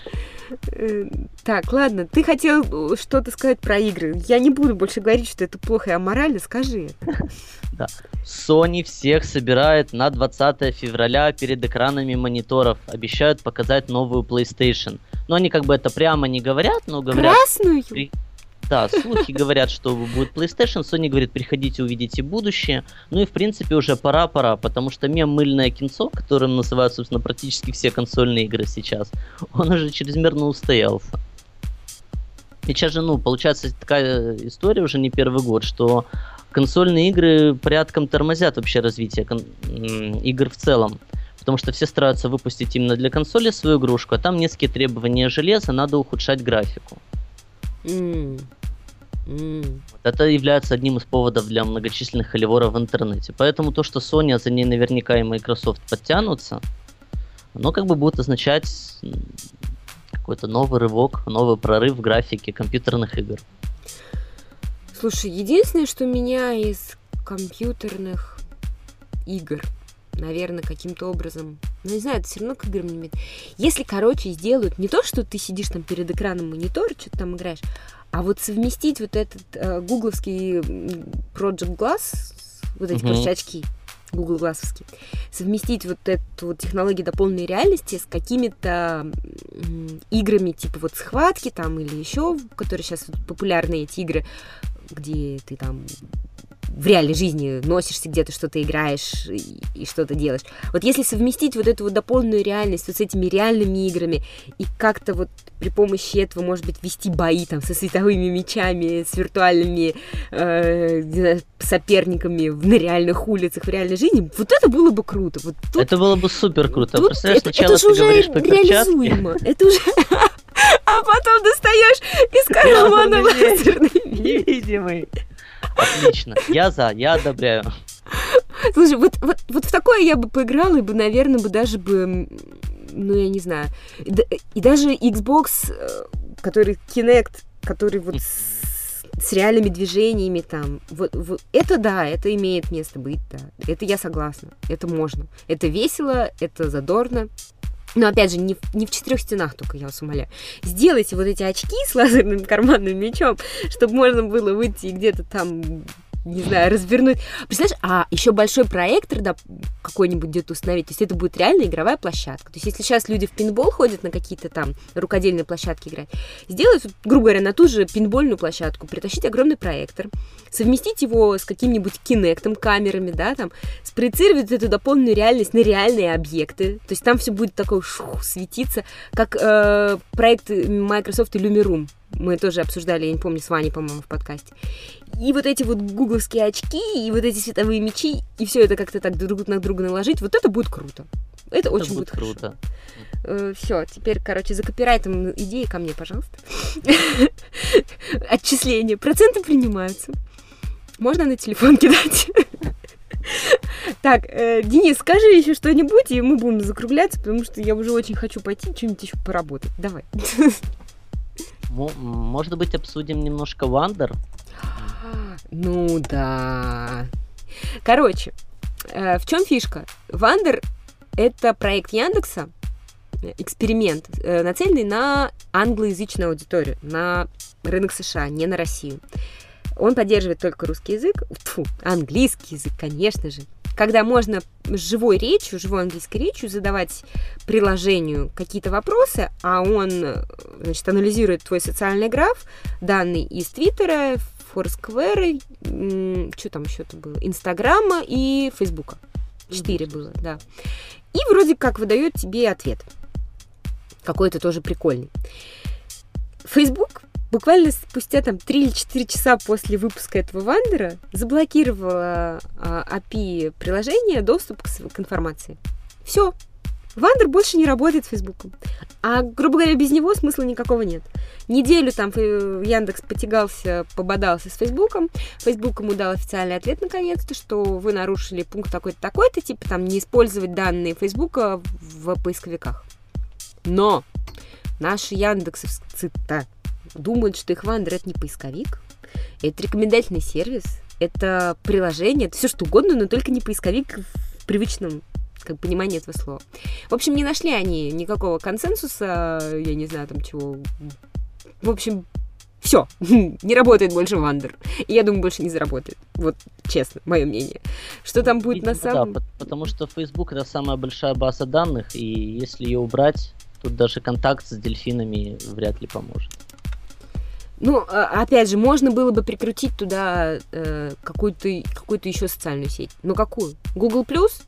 S2: Так, ладно, ты хотел что-то сказать про игры. Я не буду больше говорить, что это плохо и аморально, скажи это.
S3: Да. Sony всех собирает на 20 февраля перед экранами мониторов. Обещают показать новую PlayStation. Но они как бы это прямо не говорят, но говорят...
S2: Красную?
S3: Да, слухи говорят, что будет PlayStation. Sony говорит, приходите, увидите будущее. Ну и в принципе уже пора, потому что мем «Мыльное кинцо», которым называют, собственно, практически все консольные игры сейчас, он уже чрезмерно устоялся. И сейчас же, получается такая история уже не первый год, что консольные игры порядком тормозят вообще развитие игр в целом. Потому что все стараются выпустить именно для консоли свою игрушку, а там низкие требования железа, надо ухудшать графику. Это является одним из поводов для многочисленных холиворов в интернете. Поэтому то, что Sony, а за ней наверняка и Microsoft подтянутся, оно как бы будет означать какой-то новый рывок, новый прорыв в графике компьютерных игр.
S2: Слушай, единственное, что меня из компьютерных игр, наверное, каким-то образом, не знаю, это все равно к играм не имеет. Если, сделают не то, что ты сидишь там перед экраном монитора, что-то там играешь, а вот совместить вот этот гугловский Project Glass, вот эти, короче, очки, Google Glass'овские, совместить вот эту вот технологию дополненной реальности с какими-то играми, типа вот схватки там или еще, которые сейчас популярны, эти игры, где ты там в реальной жизни носишься где-то, что-то играешь и что-то делаешь. Вот если совместить вот эту вот дополненную реальность вот с этими реальными играми и как-то вот при помощи этого, может быть, вести бои там со световыми мечами, с виртуальными соперниками на реальных улицах, в реальной жизни, вот это было бы круто. Вот тут,
S3: это было бы супер круто.
S2: Тут
S3: Представляешь,
S2: это
S3: сначала
S2: же
S3: ты
S2: уже
S3: говоришь по перчатке.
S2: реализуемо. Это уже... А потом достаешь из кармана лазерный меч.
S3: Невидимый. Отлично. Я одобряю.
S2: Слушай, вот в такое я бы поиграла, и бы, наверное, бы даже бы, я не знаю, и даже Xbox, который Kinect, который вот с реальными движениями там, вот это да, это имеет место быть, да, это я согласна, это можно, это весело, это задорно. Но, опять же, не в 4 стенах только, я вас умоляю. Сделайте вот эти очки с лазерным карманным мечом, чтобы можно было выйти и где-то там, не знаю, развернуть. Представляешь, а еще большой проектор, да, какой-нибудь где-то установить, то есть это будет реально игровая площадка. То есть если сейчас люди в пейнтбол ходят на какие-то там рукодельные площадки играть, сделать, грубо говоря, на ту же пейнтбольную площадку, притащить огромный проектор, совместить его с каким-нибудь кинектом, камерами, да, там, спроецировать эту дополненную реальность на реальные объекты. То есть там все будет такое светиться, как проект Microsoft Lumiroom. Мы тоже обсуждали, я не помню, с Ваней, по-моему, в подкасте. И вот эти вот гугловские очки, и вот эти световые мечи, и все это как-то так друг на друга наложить, вот это будет круто. Это очень будет круто. Все, теперь, за копирайтом идеи ко мне, пожалуйста. Отчисления. Проценты принимаются. Можно на телефон кидать? Так, Денис, скажи еще что-нибудь, и мы будем закругляться, потому что я уже очень хочу пойти что-нибудь еще поработать. Давай.
S3: Может быть, обсудим немножко Wonder?
S2: Ну да. Короче, в чем фишка? Wonder — это проект Яндекса, эксперимент, нацеленный на англоязычную аудиторию, на рынок США, не на Россию. Он поддерживает только русский язык, английский язык, конечно же. Когда можно живой английской речью задавать приложению какие-то вопросы, а он, значит, анализирует твой социальный граф, данные из Твиттера, Форсквера, что там еще-то было, Инстаграма и Фейсбука. 4 было, да. И вроде как выдает тебе ответ. Какой-то тоже прикольный. Фейсбук буквально спустя там 3 или 4 часа после выпуска этого Вандера заблокировала API приложения доступ к информации. Все. Вандер больше не работает с Фейсбуком. А, грубо говоря, без него смысла никакого нет. Неделю там Яндекс потягался, пободался с Фейсбуком. Фейсбук ему дал официальный ответ наконец-то, что вы нарушили пункт такой-то, такой-то, типа там не использовать данные Фейсбука в поисковиках. Но наши яндексовцы-то думают, что их Вандер — это не поисковик, это рекомендательный сервис, это приложение, это все что угодно, но только не поисковик в привычном понимании этого слова. В общем, не нашли они никакого консенсуса, я не знаю там чего. В общем, все, не работает больше Вандер. И я думаю, больше не заработает. Вот честно, мое мнение. Что там будет на самом...
S3: Да, потому что Facebook — это самая большая база данных, и если ее убрать, тут даже контакт с дельфинами вряд ли поможет.
S2: Ну, опять же, можно было бы прикрутить туда какую-то еще социальную сеть. Но какую? Google+?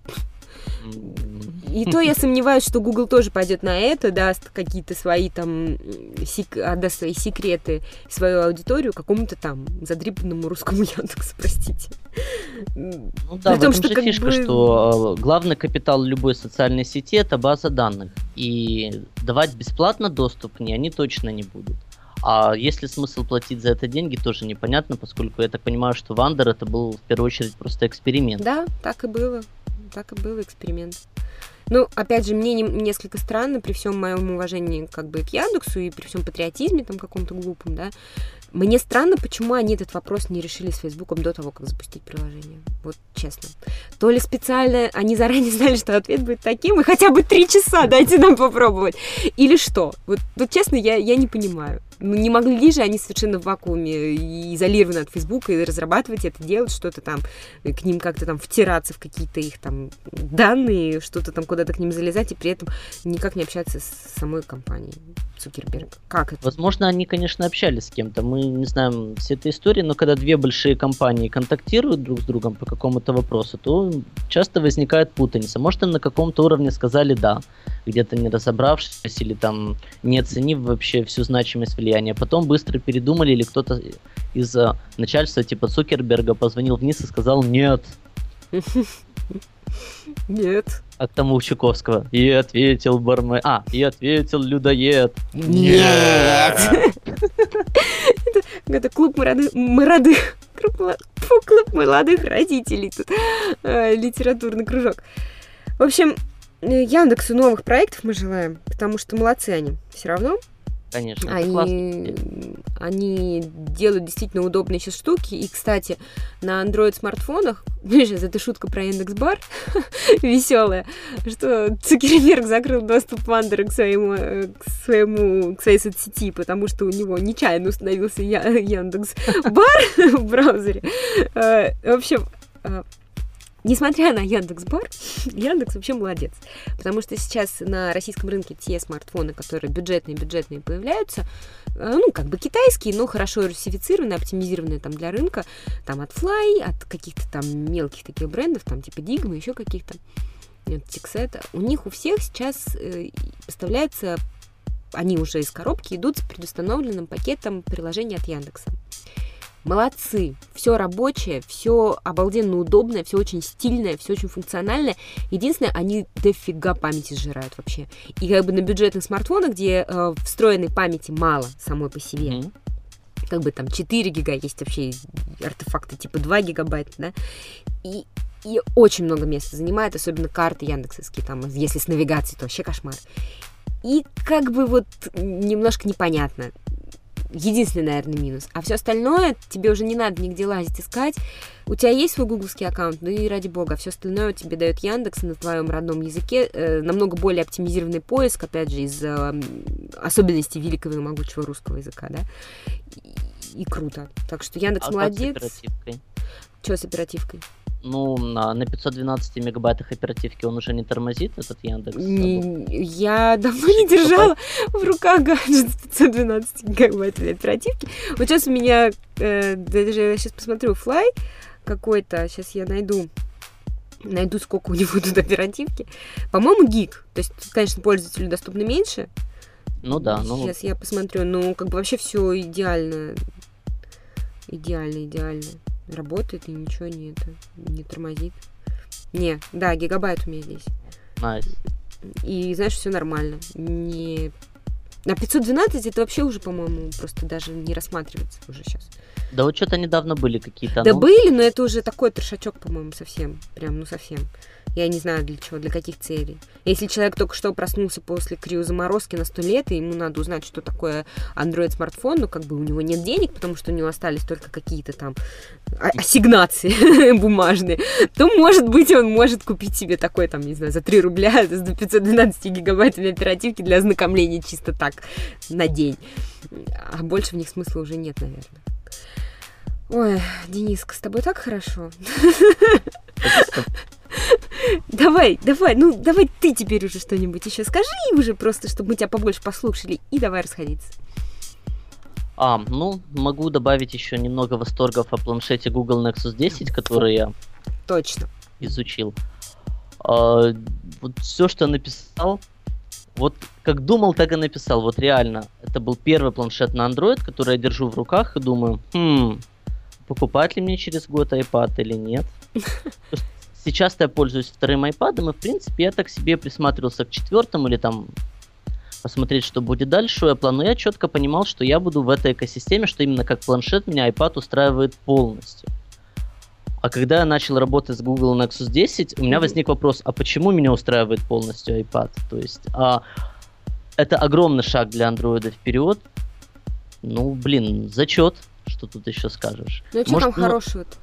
S2: И то я сомневаюсь, что Google тоже пойдет на это, даст какие-то свои там отдаст свои секреты, свою аудиторию какому-то там задрипанному русскому Яндексу, простите.
S3: Ну да, в этом же фишка, что главный капитал любой социальной сети — это база данных. И давать бесплатно доступ к ней они точно не будут. А если смысл платить за это деньги, тоже непонятно, поскольку я так понимаю, что Вандер — это был в первую очередь просто эксперимент.
S2: Да, так и было. Так и был эксперимент. Ну, опять же, мне несколько странно, при всем моем уважении как бы к Яндексу и при всем патриотизме там каком-то глупом, да, мне странно, почему они этот вопрос не решили с Фейсбуком до того, как запустить приложение. Вот честно. То ли специально они заранее знали, что ответ будет таким, и хотя бы 3 часа дайте нам попробовать. Или что? Вот честно, я не понимаю. Ну, не могли же они совершенно в вакууме, изолированно от Фейсбука, и разрабатывать это, делать что-то там, к ним как-то там втираться в какие-то их там данные, что-то там куда-то к ним залезать, и при этом никак не общаться с самой компанией Цукерберга. Как это?
S3: Возможно, они, конечно, общались с кем-то. Мы не знаем всей этой истории, но когда 2 большие компании контактируют друг с другом по какому-то вопросу, то часто возникает путаница. Может, им на каком-то уровне сказали «да», где-то не разобравшись или там не оценив вообще всю значимость влияния. Потом быстро передумали, или кто-то из начальства типа Цукерберга позвонил вниз и сказал «нет».
S2: Нет.
S3: А к тому Чуковского. И ответил бармен. И ответил людоед.
S2: Нет. Это клуб молодых. Клуб молодых родителей тут. Литературный кружок. В общем, Яндексу новых проектов мы желаем, потому что молодцы они. Все равно.
S3: Конечно,
S2: они делают действительно удобные сейчас штуки. И, кстати, на Android-смартфонах, знаешь, это шутка про Яндекс.Бар веселая, что Цукерберг закрыл доступ Вандера к своей соцсети, потому что у него нечаянно установился Яндекс.Бар в браузере. В общем, несмотря на Яндекс.Бар, Яндекс вообще молодец. Потому что сейчас на российском рынке те смартфоны, которые бюджетные появляются, ну, как бы китайские, но хорошо русифицированные, оптимизированные там для рынка, там от Fly, от каких-то там мелких таких брендов, там типа Digma, еще каких-то, Tixet. У них у всех сейчас поставляется, они уже из коробки идут с предустановленным пакетом приложений от Яндекса. Молодцы, все рабочее, все обалденно удобное, все очень стильное, все очень функциональное. Единственное, они дофига памяти сжирают вообще. И как бы на бюджетных смартфонах, где встроенной памяти мало самой по себе, как бы там 4 гига, есть вообще артефакты типа 2 гигабайта, да, и И очень много места занимает, особенно карты яндексовские, там, если с навигацией, то вообще кошмар. И как бы вот немножко непонятно. Единственный, наверное, минус. А все остальное тебе уже не надо нигде лазить, искать. У тебя есть свой гугловский аккаунт, ну и ради бога. Все остальное тебе дает Яндекс на твоем родном языке. Намного более оптимизированный поиск, опять же, из-за особенностей великого и могучего русского языка, да. И круто. Так что Яндекс молодец.
S3: Как с оперативкой?
S2: Что с оперативкой?
S3: Ну, на 512 мегабайтах оперативки он уже не тормозит, этот Яндекс?
S2: Я давно не держала в руках гаджет с 512 гигабайтами оперативки. Вот сейчас у меня, даже я сейчас посмотрю, Fly какой-то, сейчас я найду, сколько у него тут оперативки. По-моему, гиг. То есть, конечно, пользователю доступно меньше.
S3: Ну да.
S2: Сейчас я посмотрю, но как бы вообще все идеально. Идеально. Работает и ничего не тормозит. Да, гигабайт у меня здесь.
S3: Nice.
S2: И знаешь, все нормально. А 512 это вообще уже, по-моему, просто даже не рассматривается уже сейчас.
S3: Да вот что-то недавно были какие-то
S2: Да были, но это уже такой трешачок, по-моему, совсем. Прям, совсем. Я не знаю для чего, для каких целей. Если человек только что проснулся после криозаморозки на 100 лет, и ему надо узнать, что такое Android-смартфон, но как бы у него нет денег, потому что у него остались только какие-то там ассигнации бумажные, то, может быть, он может купить себе такой, там, не знаю, за 3 рубля с 512 гигабайтами оперативки для ознакомления чисто так на день. А больше в них смысла уже нет, наверное. Ой, Дениска, с тобой так хорошо. Давай ты теперь уже что-нибудь еще скажи уже просто, чтобы мы тебя побольше послушали, и давай расходиться.
S3: Могу добавить еще немного восторгов о планшете Google Nexus 10, который я
S2: точно
S3: изучил. Вот все, что написал, вот как думал, так и написал. Вот реально, это был первый планшет на Android, который я держу в руках и думаю, покупать ли мне через год iPad или нет. Сейчас-то я пользуюсь вторым iPad'ом, и, в принципе, я так себе присматривался к 4-му или там посмотреть, что будет дальше у Apple, но я четко понимал, что я буду в этой экосистеме, что именно как планшет меня iPad устраивает полностью. А когда я начал работать с Google Nexus 10, у меня возник вопрос, а почему меня устраивает полностью iPad? То есть, это огромный шаг для Android вперед. Зачет, что тут еще скажешь.
S2: Ну, что там хорошего-то?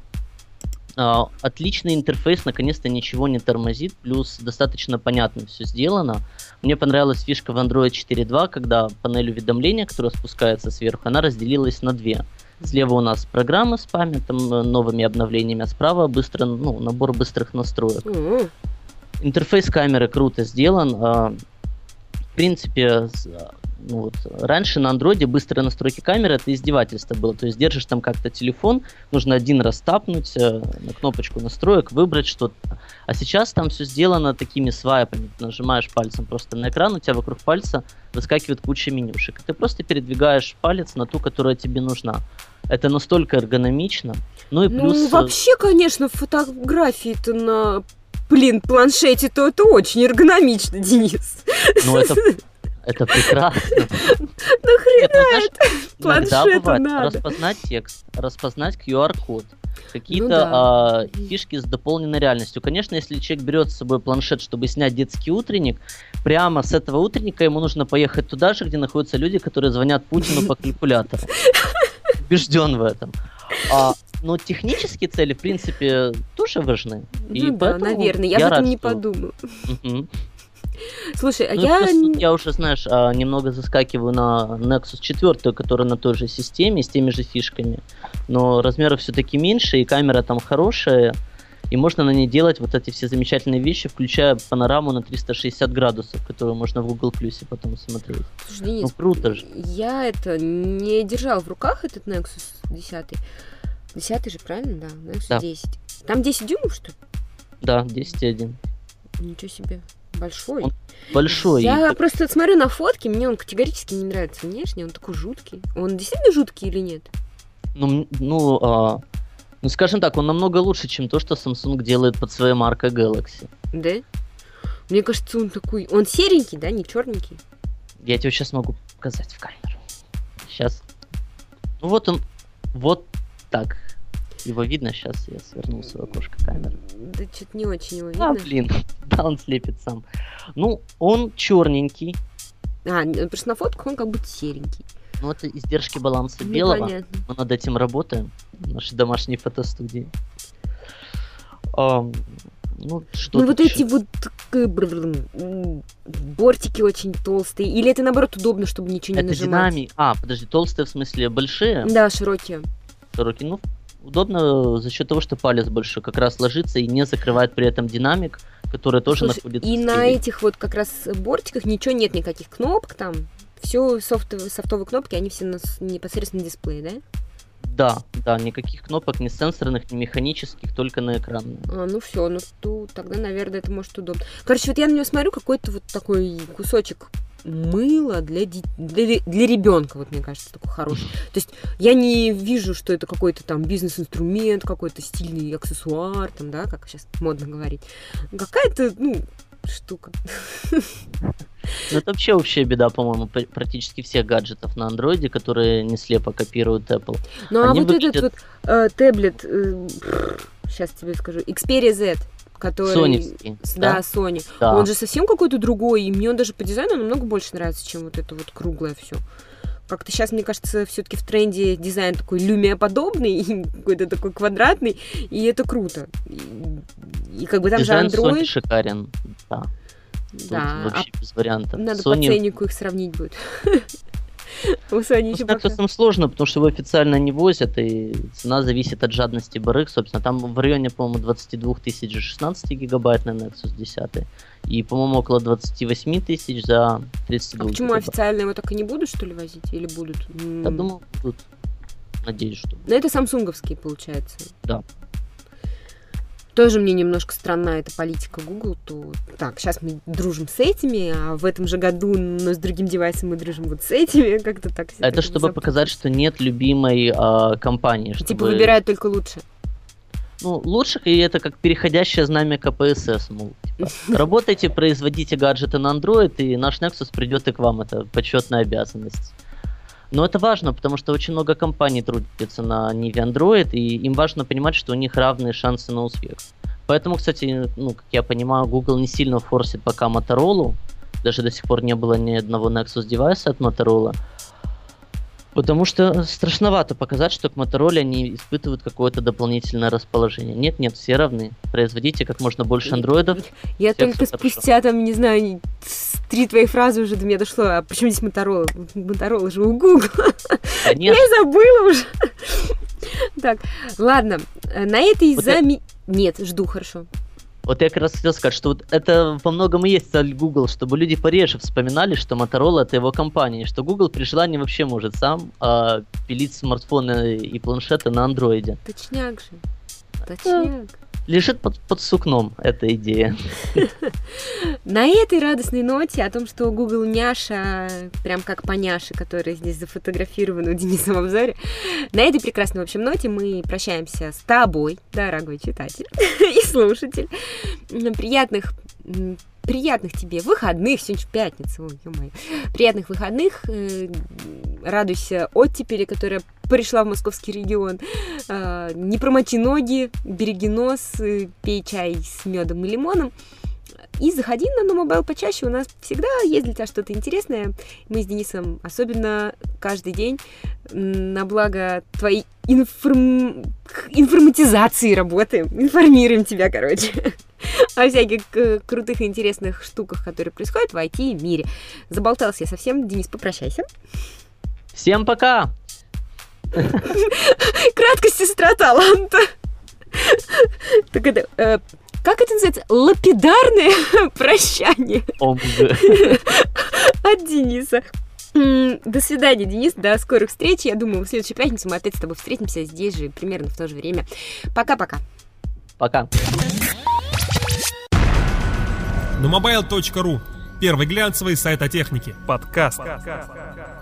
S3: Отличный интерфейс, наконец-то ничего не тормозит, плюс достаточно понятно все сделано. Мне понравилась фишка в Android 4.2, когда панель уведомления, которая спускается сверху, она разделилась на 2. Слева у нас программы с памятью, новыми обновлениями, а справа набор быстрых настроек. Интерфейс камеры круто сделан. В принципе, раньше на андроиде быстрые настройки камеры это издевательство было. То есть держишь там как-то телефон, нужно один раз тапнуть на кнопочку настроек, выбрать что-то. А сейчас там все сделано такими свайпами. Ты нажимаешь пальцем просто на экран, у тебя вокруг пальца выскакивает куча менюшек. И ты просто передвигаешь палец на ту, которая тебе нужна. Это настолько эргономично. Ну и плюс...
S2: вообще, конечно, фотографии-то на, планшете-то это очень эргономично, Денис.
S3: Это прекрасно.
S2: Нахрена это? Планшету надо.
S3: Распознать текст, распознать QR-код. Какие-то фишки с дополненной реальностью. Конечно, если человек берет с собой планшет, чтобы снять детский утренник, прямо с этого утренника ему нужно поехать туда же, где находятся люди, которые звонят Путину по калькулятору. Убежден в этом. Но технические цели, в принципе, тоже важны.
S2: Наверное, я об этом не подумала. Слушай, я
S3: уже, знаешь, немного заскакиваю на Nexus 4, которая на той же системе, с теми же фишками, но размеры все-таки меньше, и камера там хорошая, и можно на ней делать вот эти все замечательные вещи, включая панораму на 360 градусов, которую можно в Google Плюсе потом смотреть.
S2: Слушай, Денис,
S3: круто же.
S2: Я не держал в руках этот Nexus 10. 10 же, правильно? Да, Nexus 10. Там 10 дюймов, что ли?
S3: Да, 10,1.
S2: Ничего себе. Большой.
S3: Он большой.
S2: Я просто смотрю на фотки, мне он категорически не нравится внешне, он такой жуткий. Он действительно жуткий или нет?
S3: Скажем так, он намного лучше, чем то, что Samsung делает под своей маркой Galaxy.
S2: Да? Мне кажется, он такой... Он серенький, да, не черненький?
S3: Я тебе сейчас могу показать в камеру. Сейчас. Вот он. Вот так. Его видно? Сейчас я свернул свое окошко камеры.
S2: Да что-то не очень его видно.
S3: Да, он слепит сам. Ну, он черненький.
S2: Просто на фотках он как будто серенький.
S3: Ну, это издержки баланса белого. Понятно. Мы над этим работаем в нашей домашней фотостудии. Что
S2: вот эти вот бортики очень толстые. Или это, наоборот, удобно, чтобы ничего не нажимать?
S3: Это подожди, толстые в смысле большие?
S2: Да, широкие.
S3: Широкие, удобно за счет того, что палец больше как раз ложится и не закрывает при этом динамик, который тоже находится
S2: и на этих вот как раз бортиках ничего нет, никаких кнопок там. Все софтовые кнопки, они все непосредственно на дисплее, да?
S3: Да, никаких кнопок, ни сенсорных, ни механических, только на экран.
S2: Все, тогда, наверное, это может удобно. Короче, вот я на него смотрю, какой-то вот такой кусочек мыла для ребенка, вот мне кажется, такой хороший. То есть я не вижу, что это какой-то там бизнес-инструмент, какой-то стильный аксессуар, там, да, как сейчас модно говорить. Какая-то, штука.
S3: Это вообще общая беда, по-моему, практически всех гаджетов на андроиде, которые не слепо копируют Apple.
S2: Этот таблет, сейчас тебе скажу, Xperia Z, который...
S3: Соневский.
S2: Да, Sony. Да. Он же совсем какой-то другой, и мне он даже по дизайну намного больше нравится, чем вот это вот круглое все. Как-то сейчас, мне кажется, все-таки в тренде дизайн такой люмия-подобный, какой-то такой квадратный, и это круто. И как бы там
S3: дизайн
S2: же Android...
S3: Sony шикарен, да.
S2: Да,
S3: вообще без вариантов.
S2: Надо по ценнику их сравнить будет. У Sony еще пока.
S3: С сложно, потому что его официально не возят, и цена зависит от жадности барыг. Собственно, там в районе, по-моему, 22 тысяч 16 гигабайт на Nexus 10. И, по-моему, около 28 тысяч за 32
S2: почему
S3: гигабайт.
S2: Официально его так и не будут, что ли, возить? Или будут?
S3: Я думаю, будут. Надеюсь, что.
S2: Но это самсунговские, получается.
S3: Да.
S2: Тоже мне немножко странна эта политика Google, то так, сейчас мы дружим с этими, а в этом же году, но с другим девайсом мы дружим вот с этими, как-то так.
S3: Это чтобы показать, что нет любимой компании. Чтобы...
S2: Типа выбирают только лучше.
S3: Лучших, и это как переходящее знамя КПСС, мол, типа, работайте, производите гаджеты на Android, и наш Nexus придет и к вам, это почетная обязанность. Но это важно, потому что очень много компаний трудятся на ниве Android, и им важно понимать, что у них равные шансы на успех. Поэтому, кстати, как я понимаю, Google не сильно форсит пока Motorola, даже до сих пор не было ни одного Nexus девайса от Motorola, потому что страшновато показать, что к Motorola они испытывают какое-то дополнительное расположение. Нет, все равны. Производите как можно больше андроидов.
S2: Я только спустя, не знаю, 3 твои фразы уже до меня дошло. А почему здесь Motorola? Motorola же у Google.
S3: Конечно.
S2: Я забыла уже. Так, ладно. На этой Нет, жду, хорошо.
S3: Вот я как раз хотел сказать, что вот это во многом и есть цель Google, чтобы люди пореже вспоминали, что Motorola — это его компания, и что Google при желании вообще может сам пилить смартфоны и планшеты на андроиде.
S2: Точняк же. Точняк.
S3: Лежит под сукном эта идея.
S2: На этой радостной ноте о том, что Google няша, прям как по няше, которая здесь зафотографирована у Дениса в обзоре, на этой прекрасной, в общем, ноте мы прощаемся с тобой, дорогой читатель и слушатель. Приятных тебе выходных, сегодня же пятница, ой, ё-моё. Приятных выходных, радуйся оттепели, которая пришла в московский регион. Не промочи ноги, береги нос, пей чай с медом и лимоном. И заходи на NoMobile почаще, у нас всегда есть для тебя что-то интересное. Мы с Денисом, особенно каждый день, на благо твоей информатизации работаем, информируем тебя, короче, о всяких крутых и интересных штуках, которые происходят в IT-мире. Заболталась я совсем. Денис, попрощайся.
S3: Всем пока!
S2: Краткость сестра таланта. Так это... Как это называется? Лапидарное прощание от Дениса. До свидания, Денис. До скорых встреч. Я думаю, в следующую пятницу мы опять с тобой встретимся здесь же, примерно в то же время. Пока-пока.
S3: Пока.
S1: NoMobile.ru. Первый глянцевый сайт о технике. Подкаст.